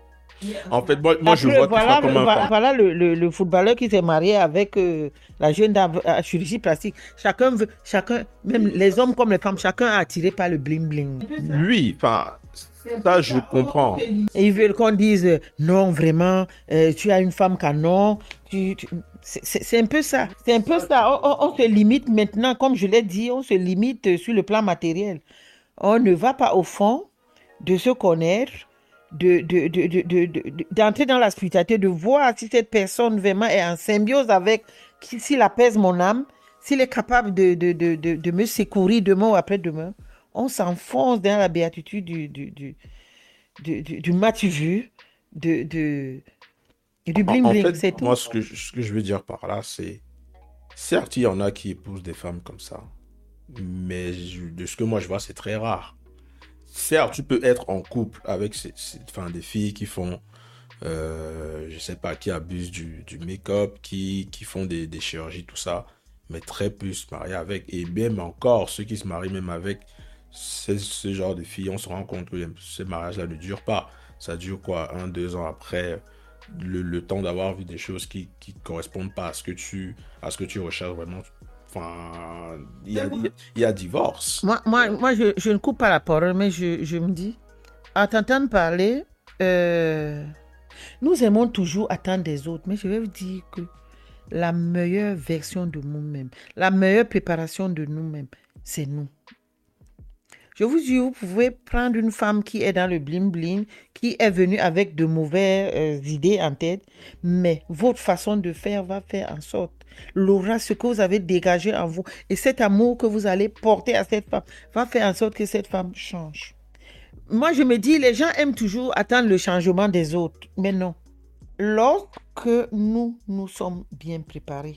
En fait, moi, moi je Après, vois tout ça voilà, comme un voilà, fan. voilà le, le, le footballeur qui s'est marié avec euh, la jeune dame à chirurgie plastique. Chacun veut, chacun, même les hommes comme les femmes, chacun est attiré par le bling bling. Oui, enfin, ça, je comprends. Et ils veulent qu'on dise euh, non, vraiment, euh, tu as une femme canon. Tu, tu- C'est c'est- c'est un peu ça. C'est un peu ça. On, on- on se limite maintenant, comme je l'ai dit, on se limite euh, sur le plan matériel. On ne va pas au fond de se connaître, de, de, de, de, de- de- de- d'entrer dans la spiritualité, de voir si cette personne vraiment est en symbiose avec, qui- s'il apaise mon âme, s'il est capable de, de, de, de, de me secourir demain ou après-demain. On s'enfonce dans la béatitude du, du, du, du, du, du m'as-tu vu, de, de, du En, bling en bling, fait, c'est tout. moi, ce que, je- ce que je veux dire par là, c'est, certes, il y en a qui épousent des femmes comme ça, mais je- de ce que moi je vois, c'est très rare. Certes, tu peux être en couple avec ces, ces- enfin, des filles qui font, euh, je sais pas, qui abusent du, du make-up, qui, qui font des, des chirurgies, tout ça, mais très peu se marient avec. Et même encore, ceux qui se marient même avec ce, ce genre de filles, on se rend compte que ce mariage-là ne dure pas. Ça dure quoi, un, deux ans après, le, le temps d'avoir vu des choses qui qui correspondent pas à ce que tu, à ce que tu recherches vraiment. Enfin, il y a, il y a, il y a divorce. Moi, moi, moi je, je ne coupe pas la parole, mais je, je me dis, à t'entendre parler, euh, nous aimons toujours attendre des autres, mais je vais vous dire que la meilleure version de nous-mêmes, la meilleure préparation de nous-mêmes, c'est nous. Je vous dis, vous pouvez prendre une femme qui est dans le bling-bling, qui est venue avec de mauvaises euh, idées en tête, mais votre façon de faire va faire en sorte, l'aura, ce que vous avez dégagé en vous, et cet amour que vous allez porter à cette femme, va faire en sorte que cette femme change. Moi, je me dis, les gens aiment toujours attendre le changement des autres, mais non. Lorsque nous, nous sommes bien préparés,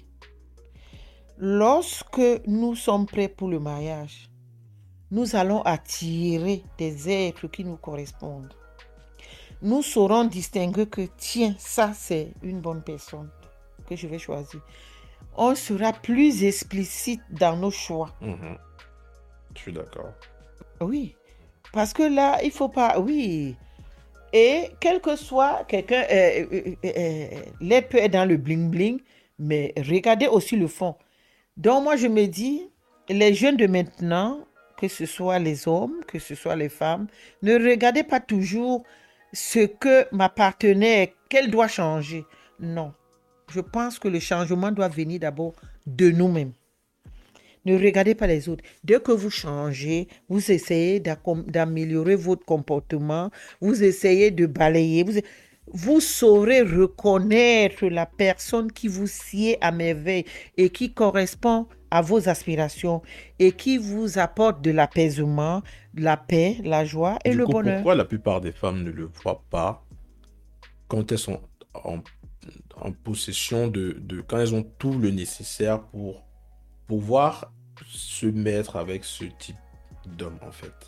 lorsque nous sommes prêts pour le mariage, nous allons attirer des êtres qui nous correspondent. Nous saurons distinguer que, tiens, ça c'est une bonne personne que je vais choisir. On sera plus explicite dans nos choix. Mhm. Je suis d'accord. Oui, parce que là, il faut pas... Oui. Et quel que soit quelqu'un... Euh, euh, euh, euh, l'aide peut être dans le bling-bling, mais regardez aussi le fond. Donc moi, je me dis, les jeunes de maintenant, que ce soit les hommes, que ce soit les femmes, ne regardez pas toujours ce que ma partenaire, qu'elle doit changer. Non. Je pense que le changement doit venir d'abord de nous-mêmes. Ne regardez pas les autres. Dès que vous changez, vous essayez d'améliorer votre comportement, vous essayez de balayer, vous, vous saurez reconnaître la personne qui vous sied à merveille et qui correspond à vos aspirations et qui vous apporte de l'apaisement, la paix, la joie et Du le coup, bonheur. pourquoi la plupart des femmes ne le voient pas quand elles sont en, en possession de, de... quand elles ont tout le nécessaire pour pouvoir se mettre avec ce type d'homme, en fait.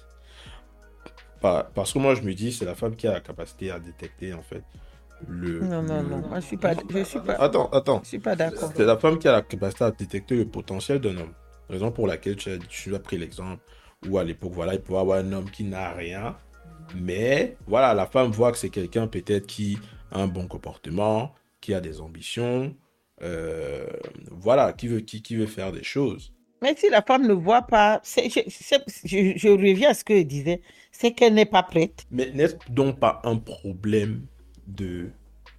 Pas- parce que moi, je me dis, c'est la femme qui a la capacité à détecter, en fait, le... Non, non, le... non. Moi, je suis pas, je suis pas, Attends, attends. je suis pas d'accord. C'est la femme qui a la capacité à détecter le potentiel d'un homme. Raison pour laquelle tu as, tu as pris l'exemple où à l'époque, voilà, il pouvait avoir un homme qui n'a rien, mais voilà, la femme voit que c'est quelqu'un peut-être qui a un bon comportement, qui a des ambitions, euh, voilà, qui veut, qui, qui veut faire des choses. Mais si la femme ne voit pas, c'est- je, c'est- je- je reviens à ce que je disais, c'est qu'elle n'est pas prête. Mais n'est-ce donc pas un problème de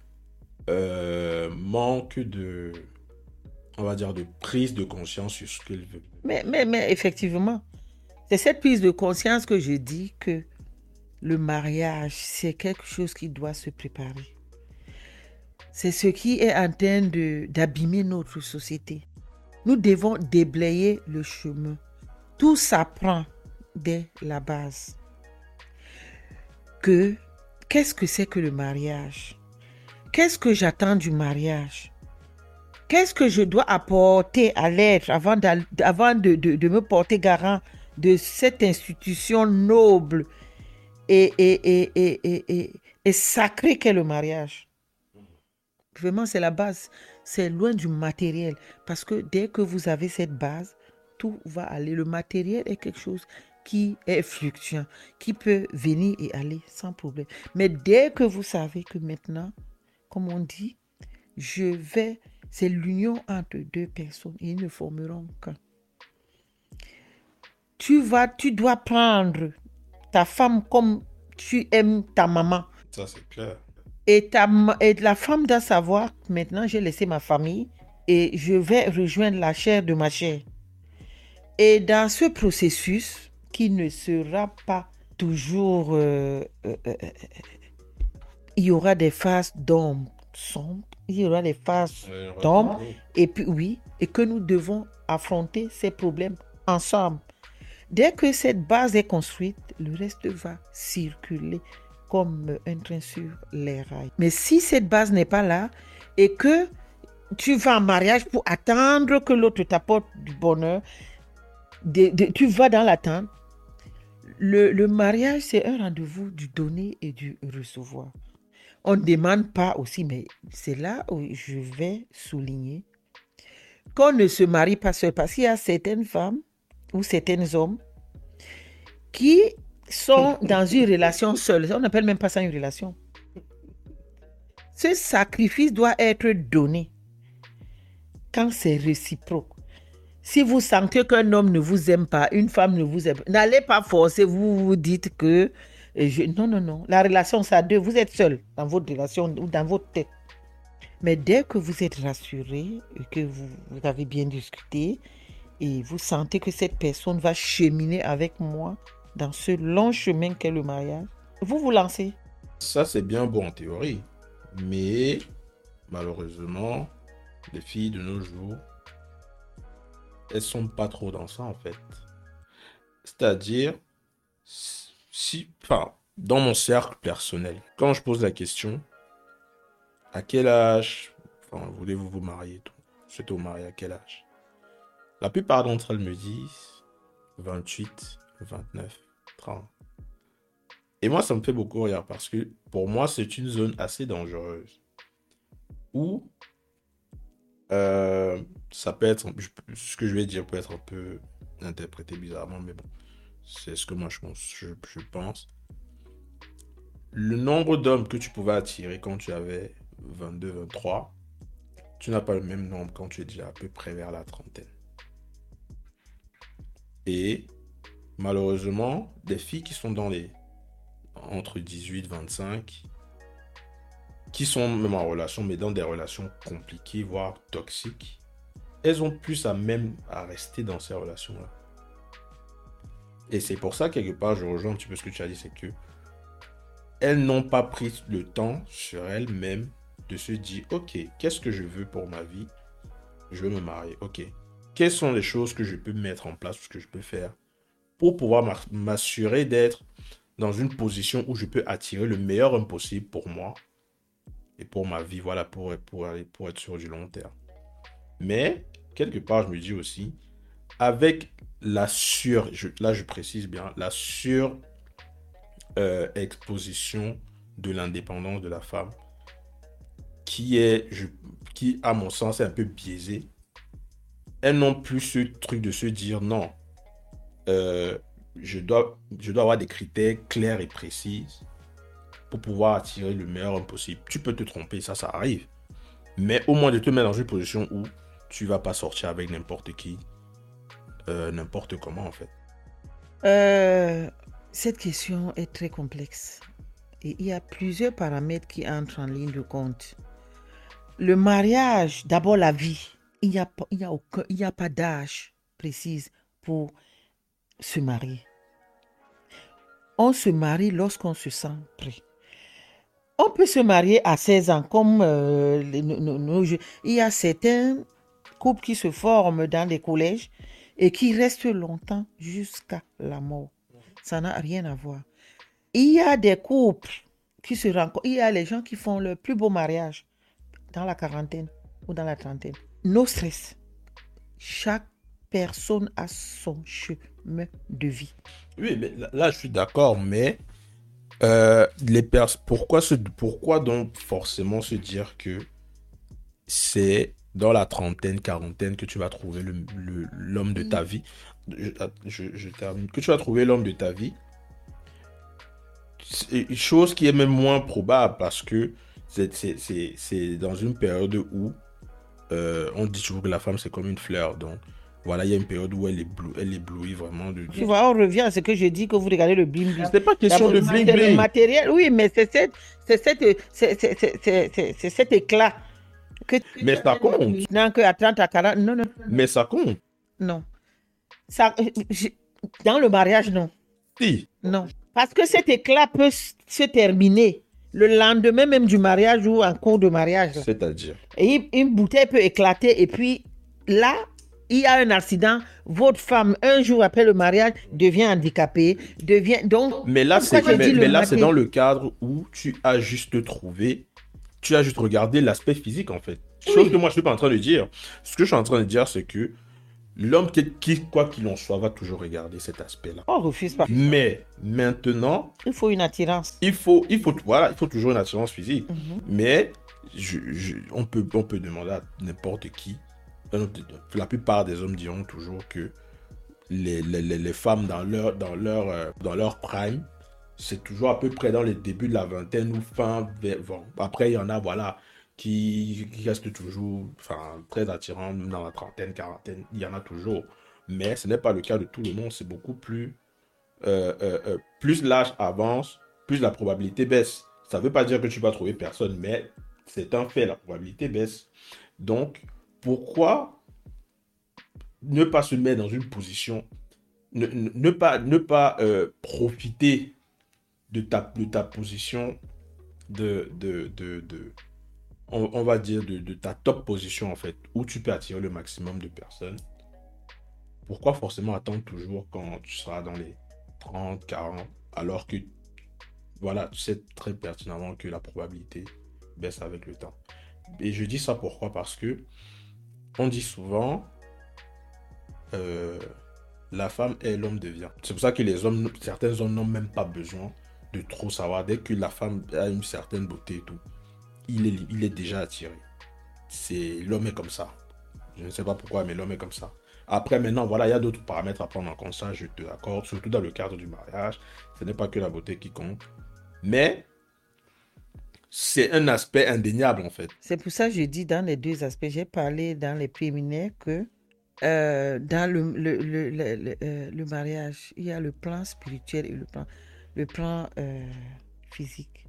euh, manque de, on va dire, de prise de conscience sur ce qu'elle veut? Mais, mais, mais effectivement, c'est cette prise de conscience que je dis que le mariage, c'est quelque chose qui doit se préparer. C'est ce qui est en train de, d'abîmer notre société. Nous devons déblayer le chemin. Tout s'apprend dès la base. Que, qu'est-ce que c'est que le mariage? Qu'est-ce que j'attends du mariage? Qu'est-ce que je dois apporter à l'être avant, avant de, de, de me porter garant de cette institution noble et, et, et, et, et, et, et sacrée qu'est le mariage? Vraiment, c'est la base. C'est loin du matériel. Parce que dès que vous avez cette base, tout va aller. Le matériel est quelque chose qui est fluctuant, qui peut venir et aller sans problème. Mais dès que vous savez que maintenant, comme on dit, je vais, c'est l'union entre deux personnes et ils ne formeront qu'un. Tu vas, tu dois prendre ta femme comme tu aimes ta maman. Ça, c'est clair. Et, ta, et la femme doit savoir, maintenant j'ai laissé ma famille et je vais rejoindre la chair de ma chair. Et dans ce processus, qui ne sera pas toujours... Euh, euh, euh, il y aura des phases d'ombre sombres, il y aura des phases ouais, d'ombre, et puis oui, et que nous devons affronter ces problèmes ensemble. Dès que cette base est construite, le reste va circuler comme un train sur les rails. Mais si cette base n'est pas là et que tu vas en mariage pour attendre que l'autre t'apporte du bonheur, de, de, tu vas dans l'attente, le, le mariage, c'est un rendez-vous du donner et du recevoir. On ne demande pas aussi, mais c'est là où je vais souligner qu'on ne se marie pas seul, parce qu'il y a certaines femmes ou certains hommes qui sont dans une relation seule. On n'appelle même pas ça une relation. Ce sacrifice doit être donné quand c'est réciproque. Si vous sentez qu'un homme ne vous aime pas, une femme ne vous aime pas, n'allez pas forcer, vous vous dites que... Je, non, non, non. La relation, c'est à deux. Vous êtes seul dans votre relation ou dans votre tête. Mais dès que vous êtes rassuré et que vous, vous avez bien discuté et vous sentez que cette personne va cheminer avec moi dans ce long chemin qu'est le mariage, vous vous lancez. Ça, c'est bien beau en théorie. Mais malheureusement, les filles de nos jours, elles sont pas trop dans ça en fait. C'est-à-dire, si, enfin, dans mon cercle personnel, quand je pose la question, à quel âge, enfin, voulez-vous vous marier, tout, souhaitez vous marier à quel âge? La plupart d'entre elles me disent vingt-huit, vingt-neuf, trente. Et moi, ça me fait beaucoup rire parce que pour moi, c'est une zone assez dangereuse où euh, ça peut être, ce que je vais dire peut être un peu interprété bizarrement, mais bon, c'est ce que moi je pense. Je, je pense. Le nombre d'hommes que tu pouvais attirer quand tu avais vingt-deux, vingt-trois, tu n'as pas le même nombre quand tu es déjà à peu près vers la trentaine. Et malheureusement, des filles qui sont dans les entre dix-huit et vingt-cinq, qui sont même en relation, mais dans des relations compliquées, voire toxiques, elles ont plus à même à rester dans ces relations-là. Et c'est pour ça, quelque part, je rejoins un petit peu ce que tu as dit, c'est que elles n'ont pas pris le temps sur elles-mêmes de se dire, ok, qu'est-ce que je veux pour ma vie? Je veux me marier, ok. Quelles sont les choses que je peux mettre en place, ce que je peux faire pour pouvoir m'assurer d'être dans une position où je peux attirer le meilleur homme possible pour moi et pour ma vie, voilà, pour, pour, aller, pour être sur du long terme. Mais, quelque part, je me dis aussi, avec la sur, je, là je précise bien, la sur euh, exposition de l'indépendance de la femme, qui est, je, qui à mon sens est un peu biaisée. Elles n'ont plus ce truc de se dire non, euh, je dois, je dois avoir des critères clairs et précis pour pouvoir attirer le meilleur homme possible. Tu peux te tromper, ça, ça arrive. Mais au moins de te mettre dans une position où tu vas pas sortir avec n'importe qui, euh, n'importe comment en fait. Euh, cette question est très complexe. Et il y a plusieurs paramètres qui entrent en ligne de compte. Le mariage, d'abord la vie. Il n'y a, il y a, aucun, il y a pas d'âge précis pour se marier. On se marie lorsqu'on se sent prêt. On peut se marier à seize ans, comme euh, les, nos, nos, il y a certains couples qui se forment dans les collèges et qui restent longtemps jusqu'à la mort. Ça n'a rien à voir. Il y a des couples qui se rencontrent. Il y a les gens qui font le plus beau mariage dans la quarantaine ou dans la trentaine. No stress. Chaque personne a son chemin de vie. Oui, mais là, là je suis d'accord, mais euh, les pers- pourquoi, se... pourquoi donc forcément se dire que c'est dans la trentaine, quarantaine, que tu vas trouver le, le- l'homme de ta vie. Je, je, je termine. Que tu vas trouver l'homme de ta vie. C'est une chose qui est même moins probable parce que c'est, c'est, c'est, c'est dans une période où euh, on dit toujours que la femme c'est comme une fleur. Donc voilà, il y a une période où elle éblouit, elle éblouit vraiment de, Tu de- vois, on revient à ce que je dis, que vous regardez le bling bling. C'est pas question D'abord, de le bling maté- le bling. matériel, oui, mais c'est cette, c'est cette, c'est, c'est, c'est, c'est, c'est- c'est cet éclat que tu Mais ça compte. maintenant que à trente, à quarante, non, non, Mais ça compte. non. Ça, euh, je- dans le mariage, non. Si. Non. Parce que cet éclat peut s- se terminer le lendemain même du mariage ou en cours de mariage. C'est-à-dire. Et une- une bouteille peut éclater et puis là, il y a un accident. Votre femme, un jour après le mariage, devient handicapée, devient donc. Mais là, pourquoi c'est, je mais, dis le mais là, c'est maté- dans le cadre où tu as juste trouvé, tu as juste regardé l'aspect physique, en fait. Chose Oui. que moi, je suis pas en train de dire. Ce que je suis en train de dire, c'est que l'homme, qui, qui- quoi qu'il en soit, va toujours regarder cet aspect-là. On refuse pas. Mais maintenant, Il faut une attirance. il faut, il faut, voilà, il faut toujours une assurance physique. Mhm. Mais je, je- on peut, on peut demander à n'importe qui. euh, La plupart des hommes diront toujours que les, les, les- les femmes dans leur, dans leur, euh, dans leur prime, c'est toujours à peu près dans les débuts de la vingtaine ou fin. vers- Bon, après, il y en a, voilà, qui, qui restent toujours, enfin, très attirants, même dans la trentaine, quarantaine. Il y en a toujours. Mais ce n'est pas le cas de tout le monde. C'est beaucoup plus. euh, euh, euh, plus l'âge avance, plus la probabilité baisse. Ça ne veut pas dire que tu vas trouver personne, mais c'est un fait, la probabilité baisse. Donc, pourquoi ne pas se mettre dans une position, ne, ne- ne pas, ne pas euh, profiter de ta, de ta position, de, de, de, de- on, on va dire, de, de ta top position, en fait, où tu peux attirer le maximum de personnes. Pourquoi forcément attendre toujours quand tu seras dans les trente, quarante, alors que, voilà, tu sais très pertinemment que la probabilité baisse avec le temps. Et je dis ça pourquoi? Parce que on dit souvent, euh, la femme est l'homme devient. C'est pour ça que les hommes, certains hommes n'ont même pas besoin de trop savoir. Dès que la femme a une certaine beauté et tout, il est, il est déjà attiré. C'est, l'homme est comme ça. Je ne sais pas pourquoi, mais l'homme est comme ça. Après, maintenant, voilà, il y a d'autres paramètres à prendre en compte, ça, je te l'accorde, surtout dans le cadre du mariage. Ce n'est pas que la beauté qui compte. Mais c'est un aspect indéniable, en fait. C'est pour ça que je dis dans les deux aspects. J'ai parlé dans les préliminaires que euh, dans le, le, le, le, le, euh, le mariage, il y a le plan spirituel et le plan, le plan euh, physique.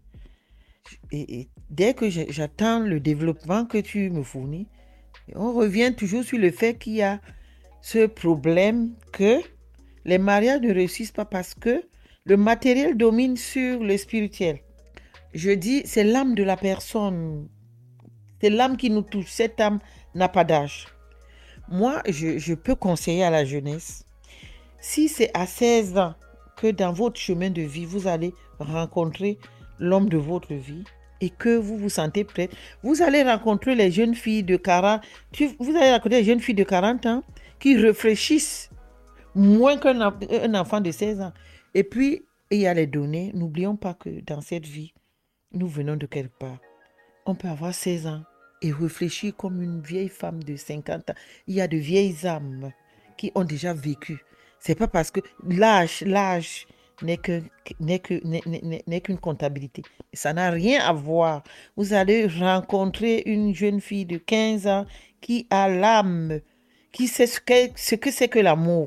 Et, et dès que je- j'attends le développement que tu me fournis, on revient toujours sur le fait qu'il y a ce problème que les mariages ne réussissent pas parce que le matériel domine sur le spirituel. Je dis, c'est l'âme de la personne. C'est l'âme qui nous touche. Cette âme n'a pas d'âge. Moi, je, je peux conseiller à la jeunesse, si c'est à seize ans que dans votre chemin de vie, vous allez rencontrer l'homme de votre vie et que vous vous sentez prête, vous allez rencontrer les jeunes filles de quarante, tu- vous allez rencontrer les jeunes filles de quarante ans qui réfléchissent moins qu'un en- un enfant de seize ans. Et puis, il y a les données. N'oublions pas que dans cette vie, nous venons de quelque part. On peut avoir seize ans et réfléchir comme une vieille femme de cinquante ans. Il y a de vieilles âmes qui ont déjà vécu. C'est pas parce que l'âge, l'âge n'est que, n'est que, n'est, n'est- n'est qu'une comptabilité. Ça n'a rien à voir. Vous allez rencontrer une jeune fille de quinze ans qui a l'âme, qui sait ce que, ce que c'est que l'amour,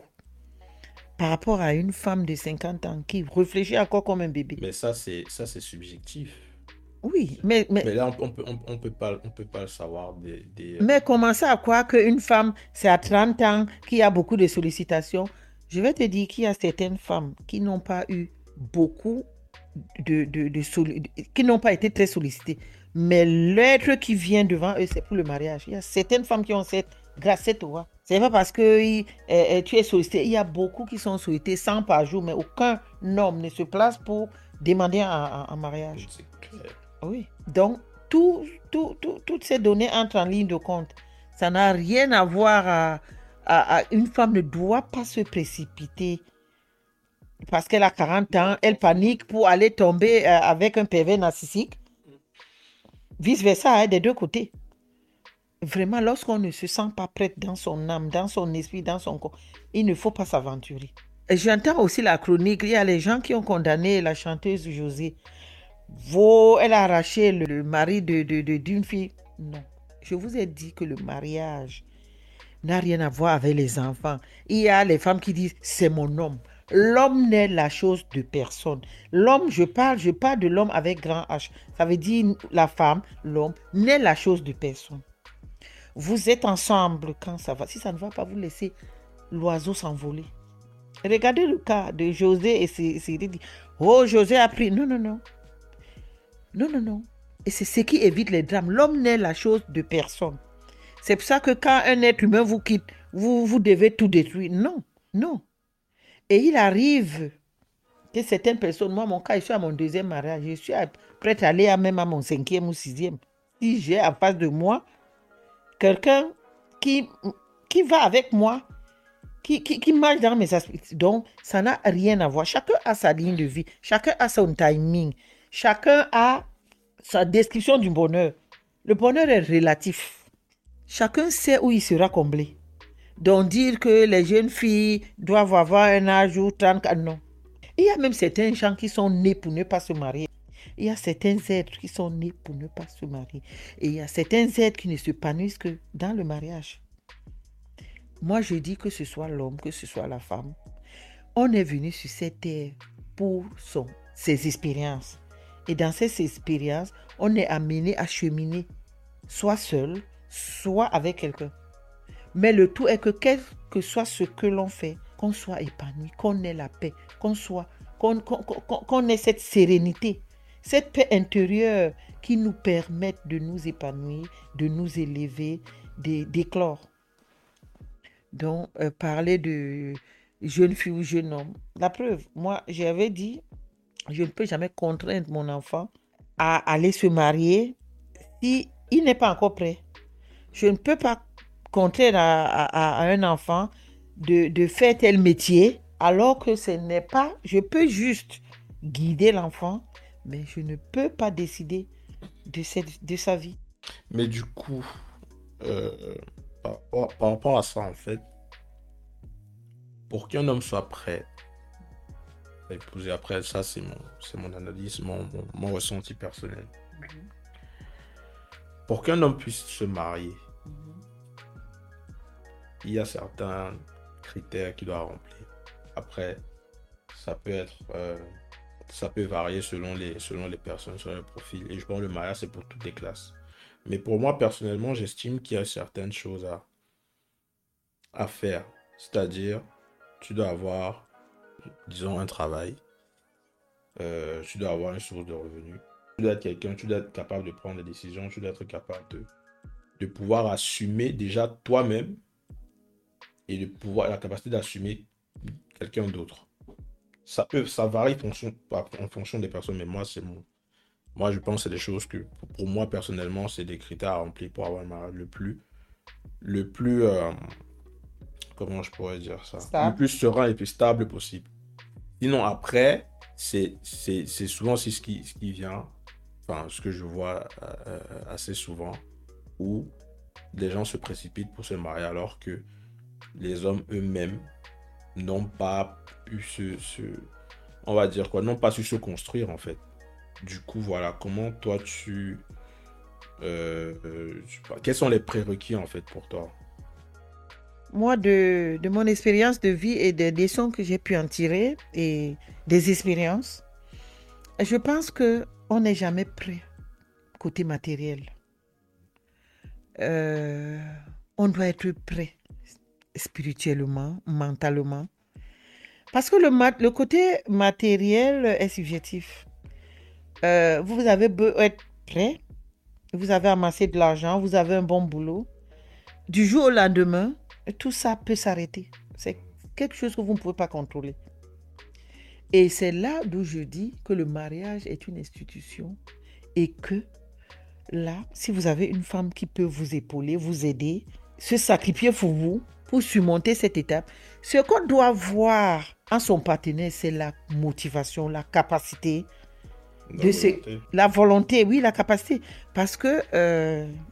par rapport à une femme de cinquante ans qui réfléchit encore comme un bébé. Mais ça, c'est, ça, c'est subjectif. Oui, mais, mais, Mais là, on, on peut, on, on peut pas, on peut pas le savoir des, des... mais commencer à croire qu'une femme, c'est à trente ans, qui a beaucoup de sollicitations. Je vais te dire qu'il y a certaines femmes qui n'ont pas eu beaucoup de, de, de solli- qui n'ont pas été très sollicitées. Mais l'être qui vient devant eux, c'est pour le mariage. Il y a certaines femmes qui ont cette grâce, cette voix. C'est pas parce que il- euh, euh, tu es sollicité. Il y a beaucoup qui sont sollicités cent par jour, mais aucun homme ne se place pour demander en, en- en mariage. C'est clair. Oui. Donc, tout, tout, tout- toutes ces données entrent en ligne de compte. Ça n'a rien à voir à, à- à- une femme ne doit pas se précipiter parce qu'elle a quarante ans, elle panique pour aller tomber euh, avec un pervers narcissique. Vice-versa, hein, des deux côtés. vraiment, lorsqu'on ne se sent pas prête dans son âme, dans son esprit, dans son corps, il ne faut pas s'aventurer. Et j'entends aussi la chronique, il y a les gens qui ont condamné la chanteuse Josée. Vous, elle a arraché le, le mari de, de, de, d'une fille. Non, je vous ai dit que le mariage n'a rien à voir avec les enfants. Il y a les femmes qui disent, c'est mon homme. L'homme n'est la chose de personne. L'homme, je parle, je parle de l'homme avec grand H. Ça veut dire la femme, l'homme, n'est la chose de personne. Vous êtes ensemble quand ça va. Si ça ne va pas, vous laissez l'oiseau s'envoler. Regardez le cas de José et Cyril. Oh, José a pris. Non, non, non. Non, non, non. Et c'est ce qui évite les drames. L'homme n'est la chose de personne. C'est pour ça que quand un être humain vous quitte, vous, vous devez tout détruire. Non, non. Et il arrive que certaines personnes, moi, mon cas, je suis à mon deuxième mariage, je suis prête à aller à même à mon cinquième ou sixième. Si j'ai en face de moi quelqu'un qui, qui va avec moi, qui, qui, qui marche dans mes aspects. Donc, ça n'a rien à voir. Chacun a sa ligne de vie, chacun a son timing, chacun a sa description du bonheur. Le bonheur est relatif. Chacun sait où il sera comblé. Donc dire que les jeunes filles doivent avoir un âge ou trente ans, non. Il y a même certains gens qui sont nés pour ne pas se marier. Il y a certains êtres qui sont nés pour ne pas se marier. Et il y a certains êtres qui ne s'épanouissent que dans le mariage. Moi, je dis que ce soit l'homme, que ce soit la femme. On est venu sur cette terre pour son, ses expériences. Et dans ces expériences, on est amené à cheminer, soit seul, soit avec quelqu'un. Mais le tout est que quel que soit ce que l'on fait, qu'on soit épanoui, qu'on ait la paix, qu'on soit, qu'on, qu'on, qu'on, qu'on ait cette sérénité, cette paix intérieure qui nous permette de nous épanouir, de nous élever, d'éclore. Donc, euh, parler de jeune fille ou jeune homme, la preuve, moi, j'avais dit, je ne peux jamais contraindre mon enfant à aller se marier si il n'est pas encore prêt. Je ne peux pas contraindre à, à, à un enfant de, de faire tel métier alors que ce n'est pas... Je peux juste guider l'enfant, mais je ne peux pas décider de, cette, de sa vie. Mais du coup, euh, par, par rapport à ça, en fait, pour qu'un homme soit prêt à épouser, après ça, c'est mon, c'est mon analyse, mon, mon, mon ressenti personnel. Mm-hmm. Pour qu'un homme puisse se marier, mm-hmm. il y a certains critères qu'il doit remplir. Après, ça peut être, euh, ça peut varier selon les, selon les personnes, selon le profil. Et je pense que le mariage, c'est pour toutes les classes. Mais pour moi, personnellement, j'estime qu'il y a certaines choses à, à faire. C'est-à-dire, tu dois avoir, disons, un travail. Euh, tu dois avoir une source de revenus. Tu dois être quelqu'un, tu dois être capable de prendre des décisions. Tu dois être capable de, de pouvoir assumer déjà toi-même et de pouvoir la capacité d'assumer quelqu'un d'autre. Ça peut, ça varie fonction, en fonction des personnes, mais moi, c'est mon, moi, je pense que c'est des choses que, pour moi, personnellement, c'est des critères à remplir pour avoir un mariage le plus, le plus, euh, comment je pourrais dire ça, stable. Le plus serein et plus stable possible. Sinon, après, c'est, c'est, c'est souvent c'est ce qui, ce qui vient, enfin, ce que je vois euh, assez souvent, où des gens se précipitent pour se marier alors que les hommes eux-mêmes n'ont pas pu se, se, on va dire quoi, n'ont pas su se construire en fait. Du coup, voilà, comment toi tu, euh, euh, je sais pas, quels sont les prérequis en fait pour toi? Moi, de, de mon expérience de vie et des leçons que j'ai pu en tirer et des expériences, je pense que on n'est jamais prêt côté matériel. Euh, on doit être prêt spirituellement, mentalement. Parce que le, mat- le côté matériel est subjectif. Euh, vous avez beau être prêt, vous avez amassé de l'argent, vous avez un bon boulot. Du jour au lendemain, tout ça peut s'arrêter. C'est quelque chose que vous ne pouvez pas contrôler. Et c'est là d'où je dis que le mariage est une institution et que là, si vous avez une femme qui peut vous épauler, vous aider, se sacrifier pour vous, pour surmonter cette étape, ce qu'on doit voir en son partenaire, c'est la motivation, la capacité, la, de volonté. Se, la volonté, oui, la capacité. Parce que euh,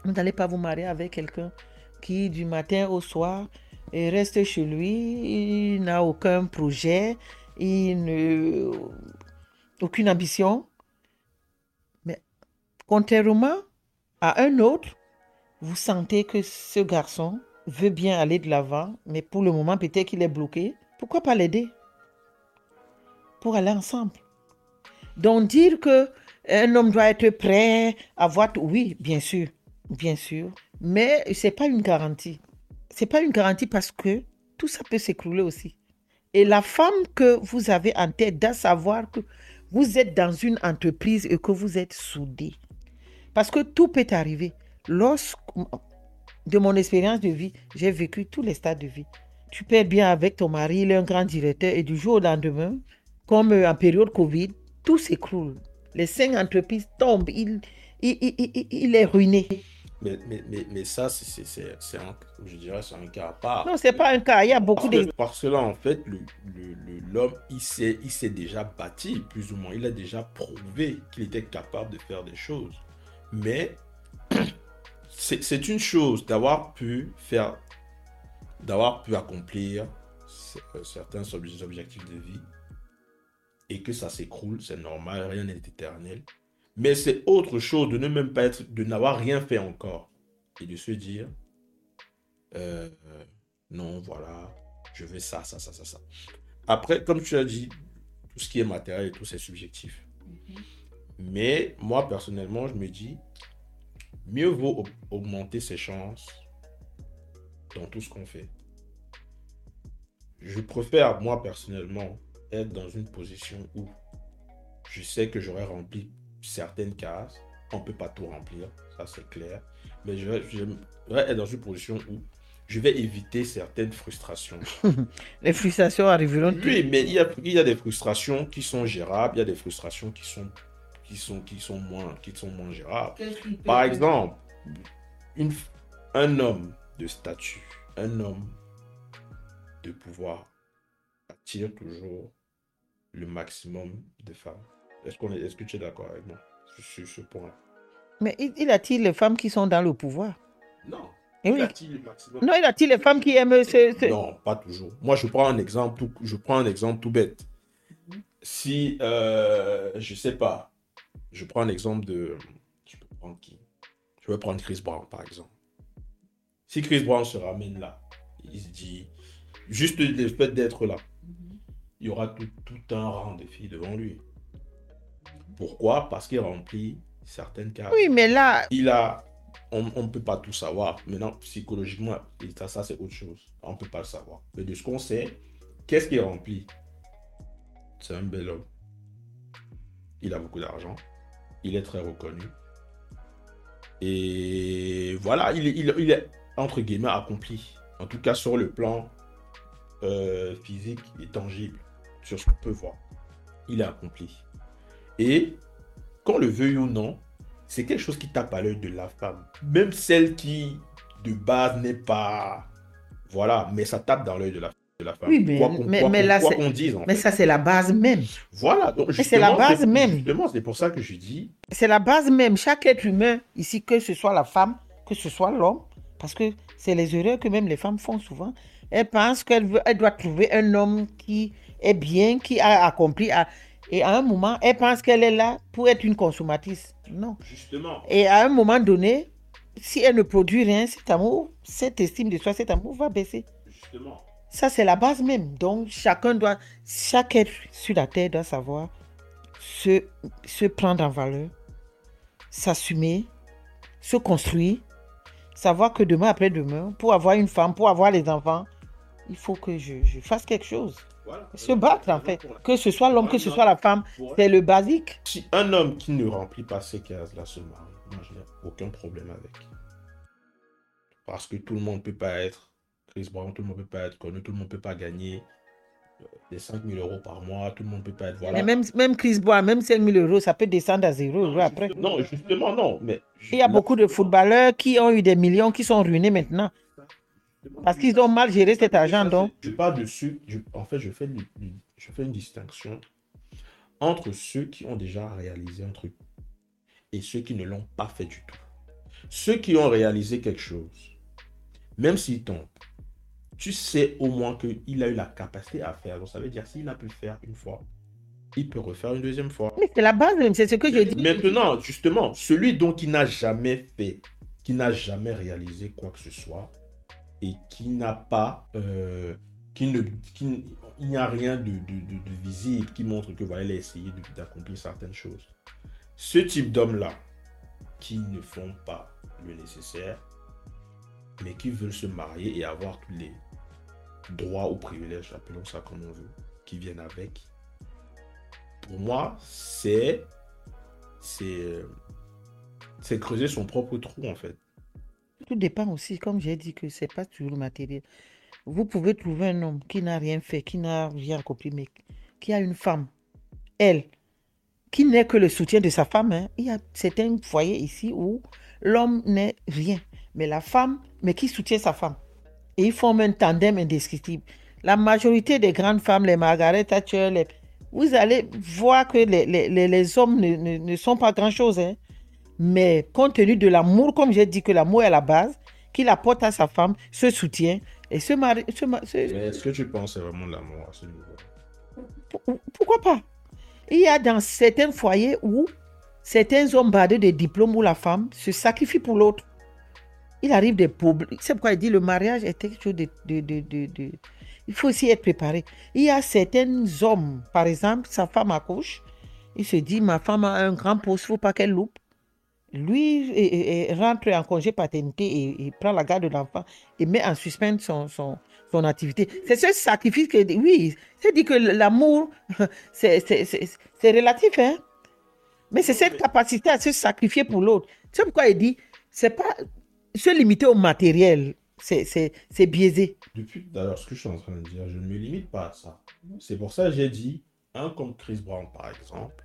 Vous n'allez pas vous marier avec quelqu'un qui, du matin au soir, reste chez lui, il n'a aucun projet, il ne... aucune ambition. Mais contrairement à un autre, vous sentez que ce garçon veut bien aller de l'avant, mais pour le moment, peut-être qu'il est bloqué. Pourquoi pas l'aider pour aller ensemble? Donc, dire qu'un homme doit être prêt à voir... Oui, bien sûr, bien sûr. Mais ce n'est pas une garantie. Ce n'est pas une garantie parce que tout ça peut s'écrouler aussi. Et la femme que vous avez en tête doit savoir que vous êtes dans une entreprise et que vous êtes soudés. Parce que tout peut arriver. Lorsque, de mon expérience de vie, j'ai vécu tous les stades de vie. Tu perds bien avec ton mari, il est un grand directeur et du jour au lendemain, comme en période Covid, tout s'écroule. Les cinq entreprises tombent, il, il, il, il, il est ruiné. Mais, mais, mais, mais ça, c'est, c'est, c'est, c'est un, je dirais, c'est un cas à part. Non, ce n'est pas un cas, il y a beaucoup parce de... que, parce que là, en fait, le, le, le, l'homme, il s'est, il s'est déjà bâti, plus ou moins. Il a déjà prouvé qu'il était capable de faire des choses. Mais c'est, c'est une chose d'avoir pu faire, d'avoir pu accomplir certains objectifs de vie et que ça s'écroule, c'est normal, rien n'est éternel. Mais c'est autre chose de ne même pas être, de n'avoir rien fait encore et de se dire euh, non, voilà, je veux ça, ça, ça, ça, ça. Après, comme tu as dit, tout ce qui est matériel et tout, c'est subjectif. Mm-hmm. Mais moi, personnellement, je me dis, mieux vaut augmenter ses chances dans tout ce qu'on fait. Je préfère, moi, personnellement, être dans une position où je sais que j'aurais rempli certaines cases. On ne peut pas tout remplir, ça c'est clair. Mais je vais, je vais être dans une position où je vais éviter certaines frustrations. Les frustrations arriveront. Oui, mais il y, a, il y a des frustrations qui sont gérables, il y a des frustrations qui sont, qui sont, qui sont, moins, qui sont moins gérables. Par exemple, une, un homme de statut, un homme de pouvoir attire toujours le maximum de femmes. Est-ce, qu'on est, est-ce que tu es d'accord avec moi sur ce point? Mais il, il attire les femmes qui sont dans le pouvoir. Non. Et il oui. attire le maximum. Non, il attire les femmes qui aiment ce... ce... Non, pas toujours. Moi, je prends un exemple tout, je prends un exemple tout bête. Mm-hmm. Si, euh, je sais pas, je prends un exemple de... Je peux prendre qui? Je vais prendre Chris Brown, par exemple. Si Chris Brown se ramène là, il se dit, juste le fait d'être là, mm-hmm. il y aura tout, tout un rang de filles devant lui. Pourquoi? Parce qu'il remplit certaines cases. Oui, mais là... Il a... On ne peut pas tout savoir. Maintenant, psychologiquement, ça, ça c'est autre chose. On ne peut pas le savoir. Mais de ce qu'on sait, qu'est-ce qui est rempli? C'est un bel homme. Il a beaucoup d'argent. Il est très reconnu. Et voilà, il est, il, il est entre guillemets accompli. En tout cas, sur le plan euh, physique et tangible. Sur ce qu'on peut voir. Il est accompli. Et, qu'on le veuille ou non, c'est quelque chose qui tape à l'œil de la femme. Même celle qui, de base, n'est pas... Voilà, mais ça tape dans l'œil de la, de la femme. Oui, mais, quoi qu'on, mais, quoi mais qu'on, là, quoi c'est... qu'on dise, en mais fait. ça, c'est la base même. Voilà. Donc, mais c'est la base c'est, même. Justement, c'est pour ça que je dis... C'est la base même. Chaque être humain, ici, que ce soit la femme, que ce soit l'homme, parce que c'est les erreurs que même les femmes font souvent. Elles pensent qu'elle veut, elle doit trouver un homme qui est bien, qui a accompli... A... Et à un moment, elle pense qu'elle est là pour être une consommatrice. Non. Justement. Et à un moment donné, si elle ne produit rien, cet amour, cette estime de soi, cet amour va baisser. Justement. Ça, c'est la base même. Donc, chacun doit, chaque être sur la terre doit savoir se, se prendre en valeur, s'assumer, se construire, savoir que demain après demain, pour avoir une femme, pour avoir les enfants, il faut que je, je fasse quelque chose. Voilà, se battre en fait, que ce soit l'homme, que ce soit la femme, c'est le basique. Si un homme qui ne remplit pas ces cases-là se marie, moi je n'ai aucun problème avec. Parce que tout le monde ne peut pas être Chris Brown, tout le monde ne peut pas être connu, tout le monde ne peut pas gagner des cinq mille euros par mois, tout le monde ne peut pas être... Voilà. Mais même, même Chris Brown, même cinq mille euros, ça peut descendre à zéro euros après. Non, justement non. Mais il y a beaucoup de footballeurs qui ont eu des millions, qui sont ruinés maintenant. Parce qu'ils ont mal géré cet argent, donc. Je parle de ceux, je, en fait, je fais, une, je fais une distinction entre ceux qui ont déjà réalisé un truc et ceux qui ne l'ont pas fait du tout. Ceux qui ont réalisé quelque chose, même s'ils tombent, tu sais au moins qu'il a eu la capacité à faire. Donc ça veut dire s'il a pu le faire une fois, il peut refaire une deuxième fois. Mais c'est la base, c'est ce que je dis. Maintenant, justement, celui dont qui n'a jamais fait, qui n'a jamais réalisé quoi que ce soit, et qui n'a pas, euh, qui ne, qui, il n'y a rien de, de, de, de visible qui montre que voilà, il a essayé de- d'accomplir certaines choses. Ce type d'hommes-là, qui ne font pas le nécessaire, mais qui veulent se marier et avoir tous les droits ou privilèges, appelons ça comme on veut, qui viennent avec. Pour moi, c'est c'est c'est creuser son propre trou en fait. Tout dépend aussi, comme j'ai dit, que c'est pas toujours le matériel. Vous pouvez trouver un homme qui n'a rien fait, qui n'a rien accompli, mais qui a une femme, elle, qui n'est que le soutien de sa femme. Hein. Il y a certains foyers ici où l'homme n'est rien, mais la femme, mais qui soutient sa femme. Et ils forment un tandem indescriptible. La majorité des grandes femmes, les Margaret Thatcher, les... vous allez voir que les, les, les, les hommes ne, ne, ne sont pas grand-chose. Hein. Mais compte tenu de l'amour, comme j'ai dit que l'amour est la base, qu'il apporte à sa femme, ce soutien, et ce mari... Ce, ce... Mais est-ce que tu penses c'est vraiment de l'amour à ce niveau? Pourquoi pas? Il y a dans certains foyers où certains hommes bardés de diplômes où la femme se sacrifie pour l'autre. Il arrive des problèmes. C'est pourquoi il dit le mariage est quelque chose de, de, de, de, de... Il faut aussi être préparé. Il y a certains hommes, par exemple, sa femme accouche. Il se dit, ma femme a un grand poste, il ne faut pas qu'elle loupe. Lui et, et, rentre en congé paternité et, et prend la garde de l'enfant et met en suspens son, son, son activité. C'est ce sacrifice que, oui, c'est dit que l'amour, c'est, c'est, c'est, c'est relatif, hein. Mais c'est cette capacité à se sacrifier pour l'autre. C'est pourquoi il dit, c'est pas se limiter au matériel, c'est, c'est, c'est biaisé. Depuis d'ailleurs, ce que je suis en train de dire, je ne me limite pas à ça. C'est pour ça que j'ai dit, un comme Chris Brown par exemple,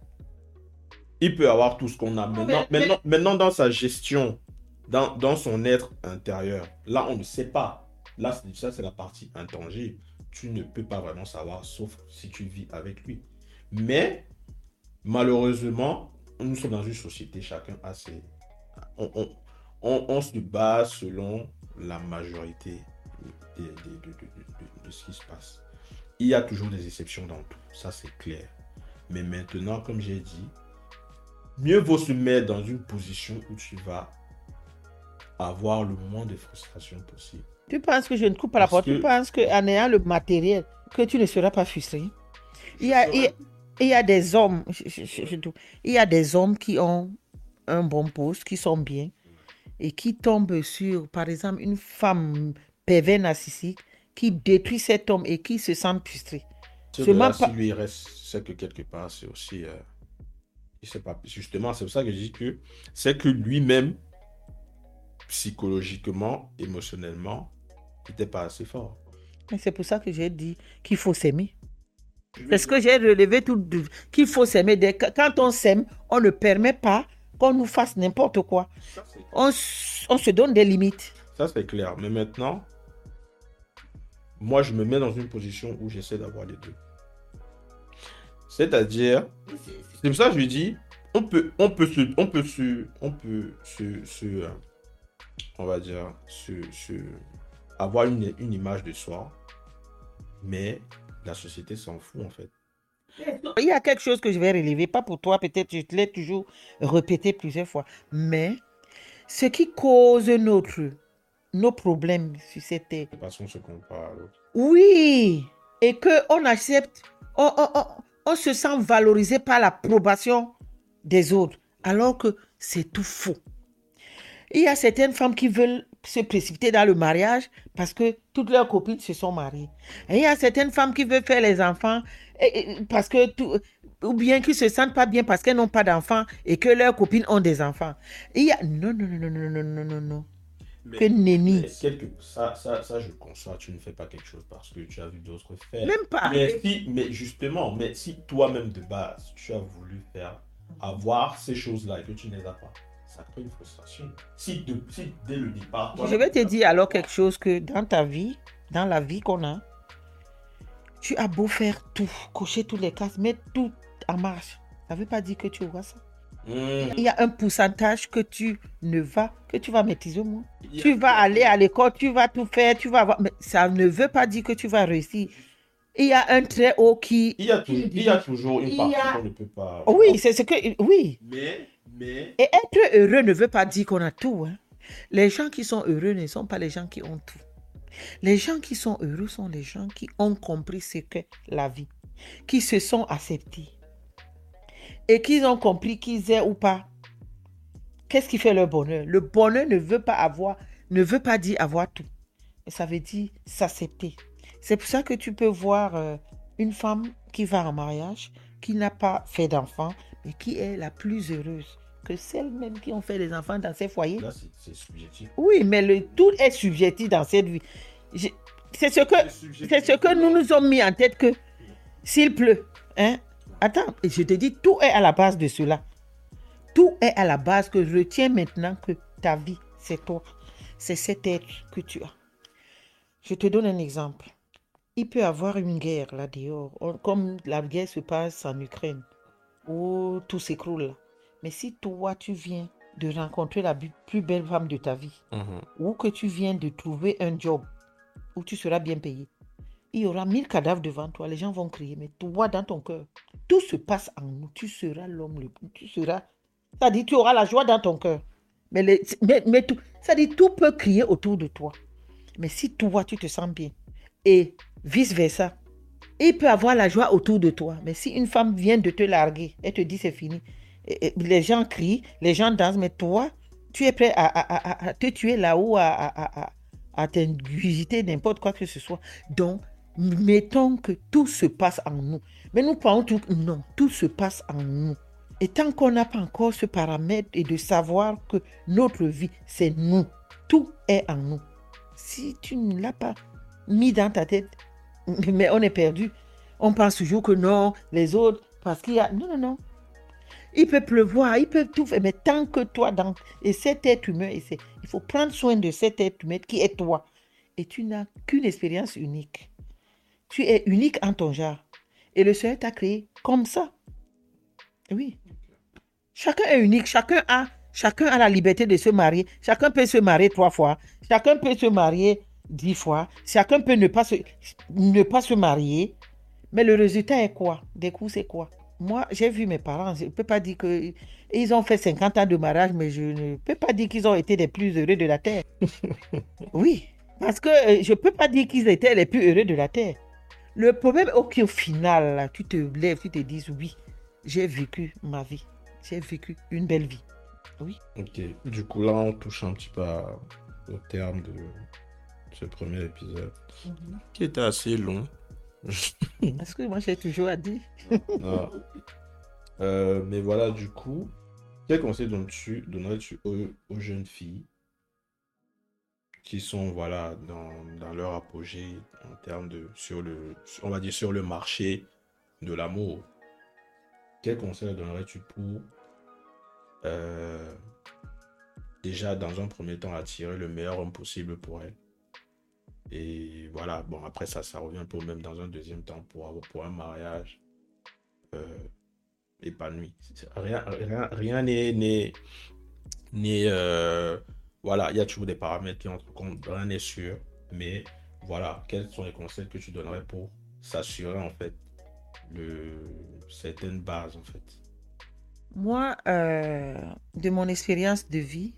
il peut avoir tout ce qu'on a maintenant, mais, mais... maintenant, maintenant dans sa gestion, dans, dans son être intérieur. Là, on ne sait pas. Là, c'est, ça, c'est la partie intangible. Tu ne peux pas vraiment savoir, sauf si tu vis avec lui. Mais, malheureusement, nous sommes dans une société, chacun a ses... On, on, on, on se base selon la majorité de, de, de, de, de, de, de ce qui se passe. Il y a toujours des exceptions dans tout, ça c'est clair. Mais maintenant, comme j'ai dit, mieux vaut se mettre dans une position où tu vas avoir le moins de frustration possible. Tu penses que je ne coupe pas la porte? Que... Tu penses qu'en ayant le matériel, que tu ne seras pas frustré? Il y a, il y a, il y a des hommes, je, je, je, je, il y a des hommes qui ont un bon poste, qui sont bien, et qui tombent sur, par exemple, une femme pervers narcissique qui détruit cet homme et qui se sent frustré. Là, si lui reste, c'est que quelque part, c'est aussi... Euh... C'est pas, justement, c'est pour ça que je dis que c'est que lui-même, psychologiquement, émotionnellement, il n'était pas assez fort. Et c'est pour ça que j'ai dit qu'il faut s'aimer. Oui. C'est ce que j'ai relevé tout de... qu'il faut s'aimer. Quand on s'aime, on ne permet pas qu'on nous fasse n'importe quoi. Ça, on, on se donne des limites. Ça, c'est clair. Mais maintenant, moi, je me mets dans une position où j'essaie d'avoir les deux. C'est-à-dire, c'est pour ça que je lui dis, on peut, on peut se, on peut se, on peut se, se on va dire, se, se, avoir une, une image de soi, mais la société s'en fout en fait. Il y a quelque chose que je vais relever, pas pour toi, peut-être je te l'ai toujours répété plusieurs fois, mais ce qui cause notre, nos problèmes sur cette terre. Parce qu'on se compare à l'autre. Oui, et qu'on accepte, on, on, on, on se sent valorisé par l'approbation des autres, alors que c'est tout faux. Il y a certaines femmes qui veulent se précipiter dans le mariage parce que toutes leurs copines se sont mariées. Et il y a certaines femmes qui veulent faire les enfants et, et, parce que tout, ou bien qui se sentent pas bien parce qu'elles n'ont pas d'enfants et que leurs copines ont des enfants. Il y a non non non non non non non non. Mais, que nenni. Quelque... Ça, ça, ça, je conçois. Tu ne fais pas quelque chose parce que tu as vu d'autres faire. Même pas. Mais, si, mais justement, mais si toi-même de base, tu as voulu faire avoir ces choses-là et que tu ne les as pas, ça crée une frustration. Si, de, si dès le départ... Je vais te dire alors quelque chose que dans ta vie, dans la vie qu'on a, tu as beau faire tout, cocher tous les cases, mettre tout en marche. Ça ne veut pas dire que tu auras ça. Mmh. Il y a un pourcentage que tu ne vas, que tu vas maîtriser moins. Yeah. Tu vas aller à l'école, tu vas tout faire, tu vas avoir... Mais ça ne veut pas dire que tu vas réussir. Il y a un très haut qui... Il y a, tout, il y a toujours une Il y partie a- qu'on ne peut pas... Oui, c'est ce que... Oui. Mais, mais... Et être heureux ne veut pas dire qu'on a tout. Hein. Les gens qui sont heureux ne sont pas les gens qui ont tout. Les gens qui sont heureux sont les gens qui ont compris ce qu'est la vie, qui se sont acceptés et qui ont compris qu'ils aient ou pas. Qu'est-ce qui fait leur bonheur? Le bonheur ne veut pas avoir, ne veut pas dire avoir tout. Ça veut dire s'accepter. C'est pour ça que tu peux voir euh, une femme qui va en mariage, qui n'a pas fait d'enfants, mais qui est la plus heureuse que celles même qui ont fait des enfants dans ces foyers. Là, c'est, c'est subjectif. Oui, mais le tout est subjectif dans cette vie. Je- c'est ce que, c'est ce que nous nous sommes mis en tête que s'il pleut, hein, attends, je te dis, tout est à la base de cela. Tout est à la base que je retiens maintenant que ta vie, c'est toi. C'est cet être que tu as. Je te donne un exemple. Il peut y avoir une guerre là dehors, on- comme la guerre se passe en Ukraine, où tout s'écroule là. Mais si toi, tu viens de rencontrer la bu- plus belle femme de ta vie, Mhm. ou que tu viens de trouver un job où tu seras bien payé, il y aura mille cadavres devant toi, les gens vont crier, mais toi, dans ton cœur, tout se passe en nous, tu seras l'homme le plus, tu seras, ça dit, tu auras la joie dans ton cœur. Mais, les- mais, mais tout, ça dit, tout peut crier autour de toi. Mais si toi, tu te sens bien, et vice-versa, il peut avoir la joie autour de toi. Mais si une femme vient de te larguer, elle te dit c'est fini, et- et les gens crient, les gens dansent, mais toi, tu es prêt à, à- à- à te tuer là-haut, à, à, à, à t'ingurgiter n'importe quoi que ce soit. Donc, mettons que tout se passe en nous. Mais nous pensons tout, non, tout se passe en nous. Et tant qu'on n'a pas encore ce paramètre et de savoir que notre vie, c'est nous, tout est en nous. Si tu ne l'as pas mis dans ta tête, mais on est perdu. On pense toujours que non, les autres, parce qu'il y a... Non, non, non. Il peut pleuvoir, il peut tout faire, mais tant que toi, dans... et cet être humain, et c'est... il faut prendre soin de cet être humain qui est toi. Et tu n'as qu'une expérience unique. Tu es unique en ton genre. Et le Seigneur t'a créé comme ça. Oui. Chacun est unique, chacun a, chacun a la liberté de se marier. Chacun peut se marier trois fois. Chacun peut se marier dix fois. Chacun peut ne pas se, ne pas se marier. Mais le résultat est quoi? Des coups, c'est quoi? Moi, j'ai vu mes parents. Je ne peux pas dire que... Ils ont fait cinquante ans de mariage, mais je ne peux pas dire qu'ils ont été les plus heureux de la terre. Oui, parce que euh, je ne peux pas dire qu'ils étaient les plus heureux de la terre. Le problème est qu'au final, là, tu te lèves, tu te dis, oui, j'ai vécu ma vie. J'ai vécu une belle vie. Oui. Ok, du coup là on touche un petit peu à- au terme de ce premier épisode, qui était assez long. Parce que moi, j'ai toujours à dire. Ah. Euh, mais voilà, du coup, quel conseil donnes-tu, donnerais-tu aux, aux jeunes filles qui sont voilà dans, dans leur apogée en termes de sur le on va dire sur le marché de l'amour? Quel conseil donnerais-tu pour euh, déjà dans un premier temps attirer le meilleur homme possible pour elle? Et voilà, bon après ça, ça revient pour même dans un deuxième temps pour avoir pour un mariage euh, épanoui. C'est- Rien, rien, rien n'est, n'est, n'est, euh, voilà, il y a toujours des paramètres qui entrent en compte, rien n'est sûr, mais voilà, quels sont les conseils que tu donnerais pour s'assurer en fait le certaines bases en fait? Moi, euh, de mon expérience de vie,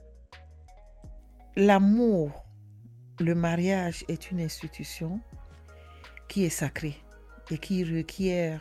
l'amour, le mariage est une institution qui est sacrée et qui requiert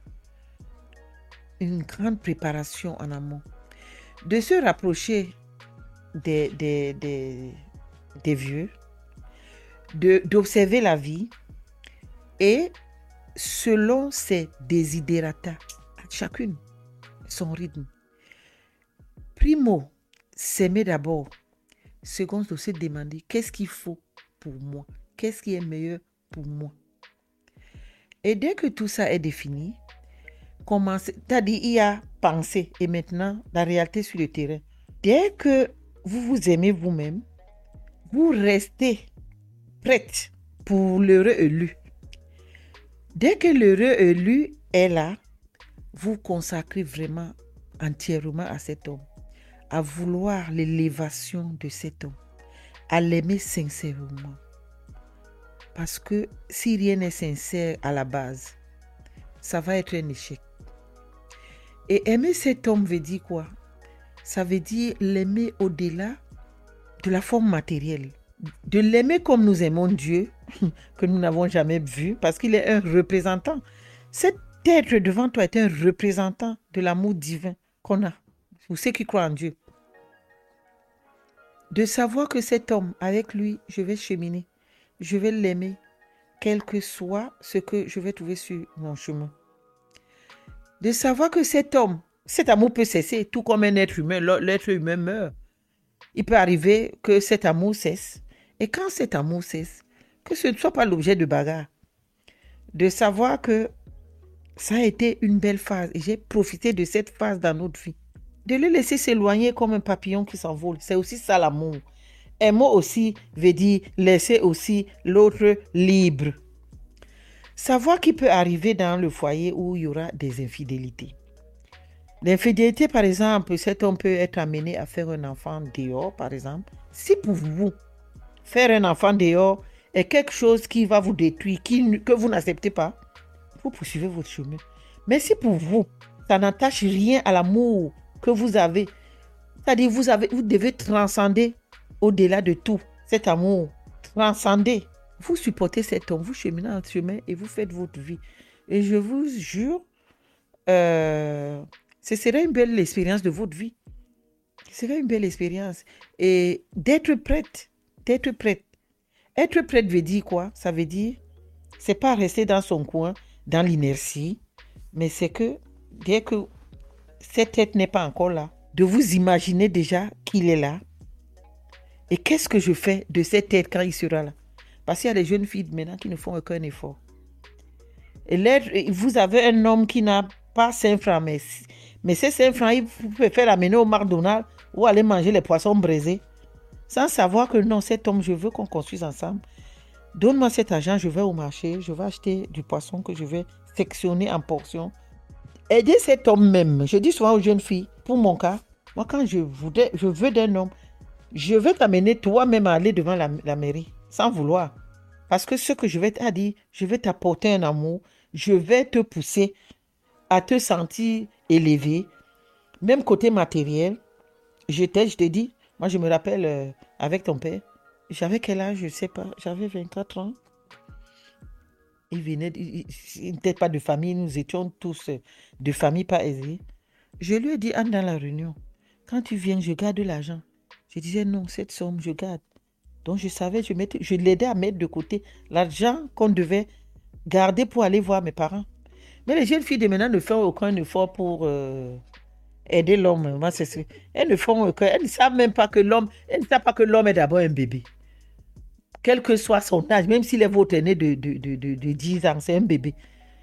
une grande préparation en amont. De se rapprocher des, des, des, des vieux, de, d'observer la vie et selon ses desiderata, chacune son rythme. Primo, s'aimer d'abord. Second, se demander qu'est-ce qu'il faut pour moi, qu'est-ce qui est meilleur pour moi. Et dès que tout ça est défini, commencer, t'as dit il y a pensé et maintenant la réalité sur le terrain. Dès que vous vous aimez vous-même, vous restez prête pour l'heureux élu. Dès que l'heureux élu est là, vous consacrez vraiment entièrement à cet homme, à vouloir l'élévation de cet homme, à l'aimer sincèrement. Parce que si rien n'est sincère à la base, ça va être un échec. Et aimer cet homme veut dire quoi? Ça veut dire l'aimer au-delà de la forme matérielle. De l'aimer comme nous aimons Dieu, que nous n'avons jamais vu, parce qu'il est un représentant. Cet être devant toi est un représentant de l'amour divin qu'on a, pour ceux qui croient en Dieu. De savoir que cet homme, avec lui, je vais cheminer, je vais l'aimer, quel que soit ce que je vais trouver sur mon chemin. De savoir que cet homme, cet amour peut cesser, tout comme un être humain, l'être humain meurt. Il peut arriver que cet amour cesse. Et quand cet amour cesse, que ce ne soit pas l'objet de bagarre. De savoir que ça a été une belle phase et j'ai profité de cette phase dans notre vie. De le laisser s'éloigner comme un papillon qui s'envole. C'est aussi ça l'amour. Aimer aussi veut dire laisser aussi l'autre libre. Savoir qu'il peut arriver dans le foyer où il y aura des infidélités. L'infidélité, par exemple, cet homme peut être amené à faire un enfant dehors, par exemple. Si pour vous, faire un enfant dehors est quelque chose qui va vous détruire, qui, que vous n'acceptez pas, vous poursuivez votre chemin. Mais si pour vous, ça n'attache rien à l'amour que vous avez, c'est-à-dire vous, avez, vous devez transcender au-delà de tout cet amour, transcender. Vous supportez cet homme, vous cheminez en chemin et vous faites votre vie. Et je vous jure, euh, ce serait une belle expérience de votre vie. Ce serait une belle expérience. Et d'être prête, d'être prête. Être prête veut dire quoi? Ça veut dire, c'est pas rester dans son coin, dans l'inertie, mais c'est que dès que cette tête n'est pas encore là, de vous imaginer déjà qu'il est là. Et qu'est-ce que je fais de cette tête quand il sera là? Parce qu'il y a des jeunes filles maintenant qui ne font aucun effort. Et là, vous avez un homme qui n'a pas cinq francs, mais, mais ces cinq francs, il peut faire amener au McDonald's ou aller manger les poissons braisés, sans savoir que non, cet homme, je veux qu'on construise ensemble. Donne-moi cet argent, je vais au marché, je vais acheter du poisson que je vais sectionner en portions. Aider cet homme même. Je dis souvent aux jeunes filles, pour mon cas, moi quand je, voudrais, je veux d'un homme, je vais t'amener toi-même à aller devant la, la mairie, sans vouloir. Parce que ce que je vais te dire, je vais t'apporter un amour, je vais te pousser à te sentir élevé. Même côté matériel, je t'ai, je te dis, moi je me rappelle euh, avec ton père, j'avais quel âge, je ne sais pas, j'avais vingt-quatre ans. Il venait, il, il n'était pas de famille, nous étions tous de famille pas aisée. Je lui ai dit, entre dans la réunion, quand tu viens, je garde l'argent. Je disais, non, cette somme, je garde. Donc je savais, je, mettais, je l'aidais à mettre de côté l'argent qu'on devait garder pour aller voir mes parents. Mais les jeunes filles de maintenant ne font aucun effort pour euh, aider l'homme. Moi, c'est, c'est, elles ne font aucun, elles ne savent même pas que l'homme, elles ne savent pas que l'homme est d'abord un bébé. Quel que soit son âge, même s'il est votre aîné de, de, de, de, de dix ans, c'est un bébé.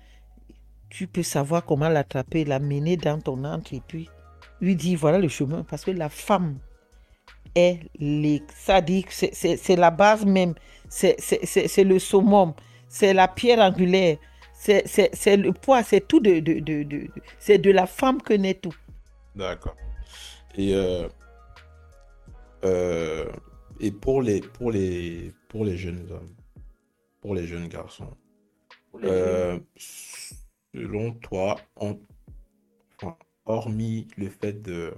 Tu peux savoir comment l'attraper, l'amener dans ton antre et puis lui dire voilà le chemin. Parce que la femme est les, ça dit que c'est, c'est, c'est la base même, c'est, c'est, c'est, c'est le summum, c'est la pierre angulaire, c'est, c'est, c'est le poids, c'est tout de, de, de, de, de c'est de la femme que naît tout. D'accord. Et euh, euh, et pour les pour les pour les jeunes hommes, pour les jeunes garçons, Les euh, selon toi, on, enfin, hormis le fait de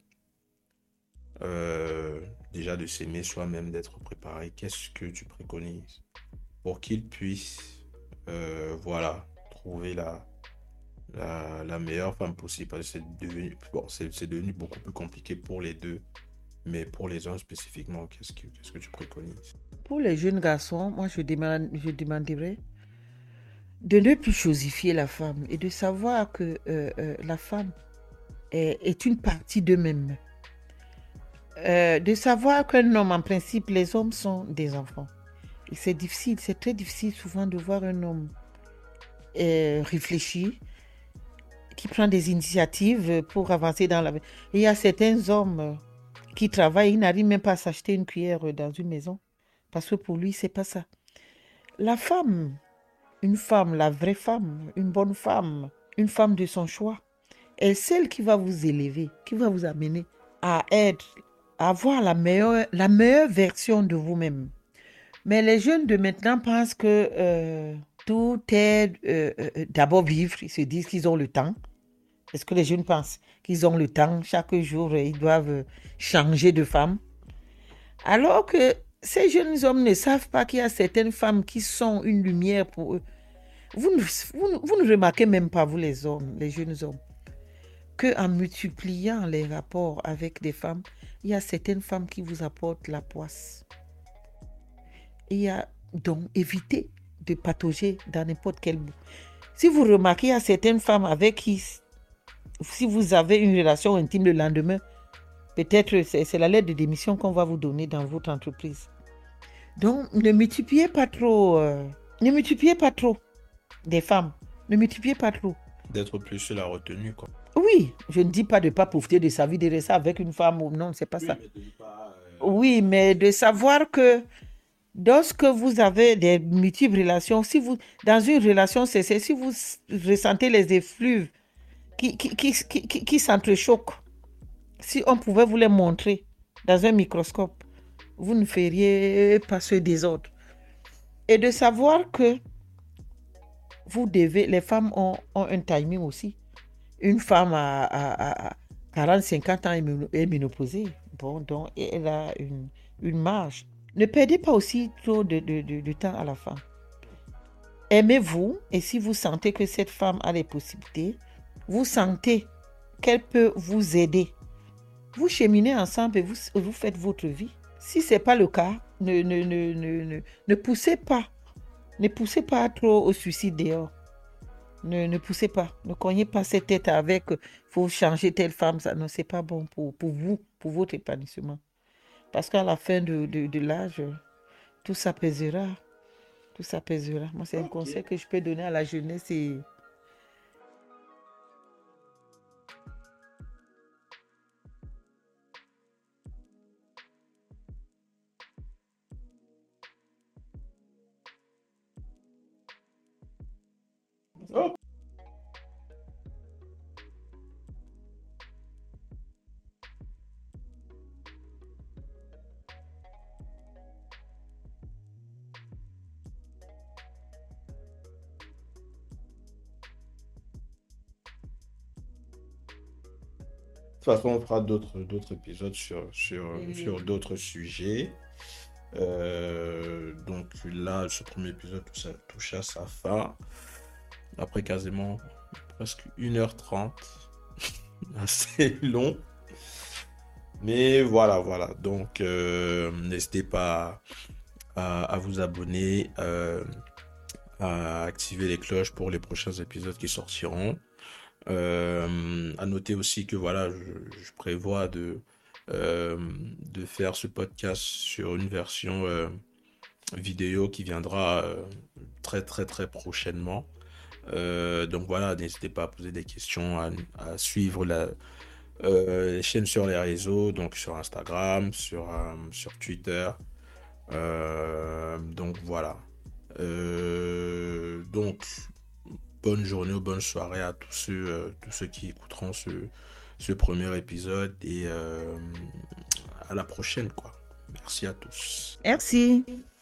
euh, déjà de s'aimer soi-même, d'être préparé, qu'est-ce que tu préconises pour qu'ils puissent euh, voilà, trouver la, la, la meilleure femme possible? Parce que c'est devenu, bon, c'est, c'est devenu beaucoup plus compliqué pour les deux, mais pour les uns spécifiquement, qu'est-ce que, qu'est-ce que tu préconises? Pour les jeunes garçons, moi je, demande, je demanderais de ne plus chosifier la femme et de savoir que euh, euh, la femme est, est une partie d'eux-mêmes. Euh, de savoir qu'un homme, en principe, les hommes sont des enfants. Et c'est difficile, c'est très difficile souvent de voir un homme euh, réfléchi, qui prend des initiatives pour avancer dans la vie. Et il y a certains hommes qui travaillent, ils n'arrivent même pas à s'acheter une cuillère dans une maison, parce que pour lui, c'est pas ça. La femme, une femme, la vraie femme, une bonne femme, une femme de son choix, est celle qui va vous élever, qui va vous amener à être, à avoir la meilleure, la meilleure version de vous-même. Mais les jeunes de maintenant pensent que euh, tout est euh, euh, d'abord vivre. Ils se disent qu'ils ont le temps. Est-ce que les jeunes pensent qu'ils ont le temps? Chaque jour, ils doivent changer de femme. Alors que ces jeunes hommes ne savent pas qu'il y a certaines femmes qui sont une lumière pour eux. Vous ne, vous, vous ne remarquez même pas, vous les hommes, les jeunes hommes, qu'en multipliant les rapports avec des femmes, il y a certaines femmes qui vous apportent la poisse. Il y a donc évitez de patauger dans n'importe quel bout. Si vous remarquez, il y a certaines femmes avec qui, si vous avez une relation intime le lendemain, peut-être c'est, c'est la lettre de démission qu'on va vous donner dans votre entreprise. Donc, ne multipliez pas trop, euh, ne multipliez pas trop des femmes. Ne multipliez pas trop. D'être plus sur la retenue, quoi. Oui, je ne dis pas de ne pas profiter de sa vie, de rester avec une femme ou non, c'est pas Oui, ça. mais de pas, euh... Oui, mais de savoir que lorsque vous avez des multiples relations, si vous, dans une relation, c'est, c'est si vous ressentez les effluves qui, qui, qui, qui, qui, qui s'entrechoquent, si on pouvait vous les montrer dans un microscope, vous ne feriez pas ce désordre. Et de savoir que vous devez, les femmes ont, ont un timing aussi. Une femme à, à, à quarante, cinquante ans est ménopausée. Bon, donc elle a une, une marge. Ne perdez pas aussi trop de, de, de, de temps à la femme. Aimez-vous, et si vous sentez que cette femme a des possibilités, vous sentez qu'elle peut vous aider, vous cheminez ensemble et vous, vous faites votre vie. Si ce n'est pas le cas, ne, ne, ne, ne, ne, ne poussez pas. Ne poussez pas trop au suicide dehors. Ne, ne poussez pas. Ne cognez pas cette tête avec il faut changer telle femme. Ça, non, ce n'est pas bon pour, pour vous, pour votre épanouissement. Parce qu'à la fin de, de, de l'âge, tout ça pèsera. Tout ça pèsera. Moi, c'est un okay. conseil que je peux donner à la jeunesse. Et... Oh. De toute façon, on fera d'autres, d'autres épisodes sur, sur, mmh. sur d'autres sujets. Euh, donc là, ce premier épisode tout ça, touche à sa fin. Après quasiment presque une heure trente. Assez long. Mais voilà, voilà. Donc, euh, n'hésitez pas à, à vous abonner, euh, à activer les cloches pour les prochains épisodes qui sortiront. Euh, à noter aussi que voilà, je, je prévois de, euh, de faire ce podcast sur une version euh, vidéo qui viendra euh, très très très prochainement. Euh, donc voilà, n'hésitez pas à poser des questions, à, à suivre la, euh, les chaînes sur les réseaux, donc sur Instagram, sur, euh, sur Twitter. Euh, donc voilà. Euh, donc bonne journée ou bonne soirée à tous ceux, euh, tous ceux qui écouteront ce, ce premier épisode et euh, à la prochaine, quoi. Merci à tous. Merci.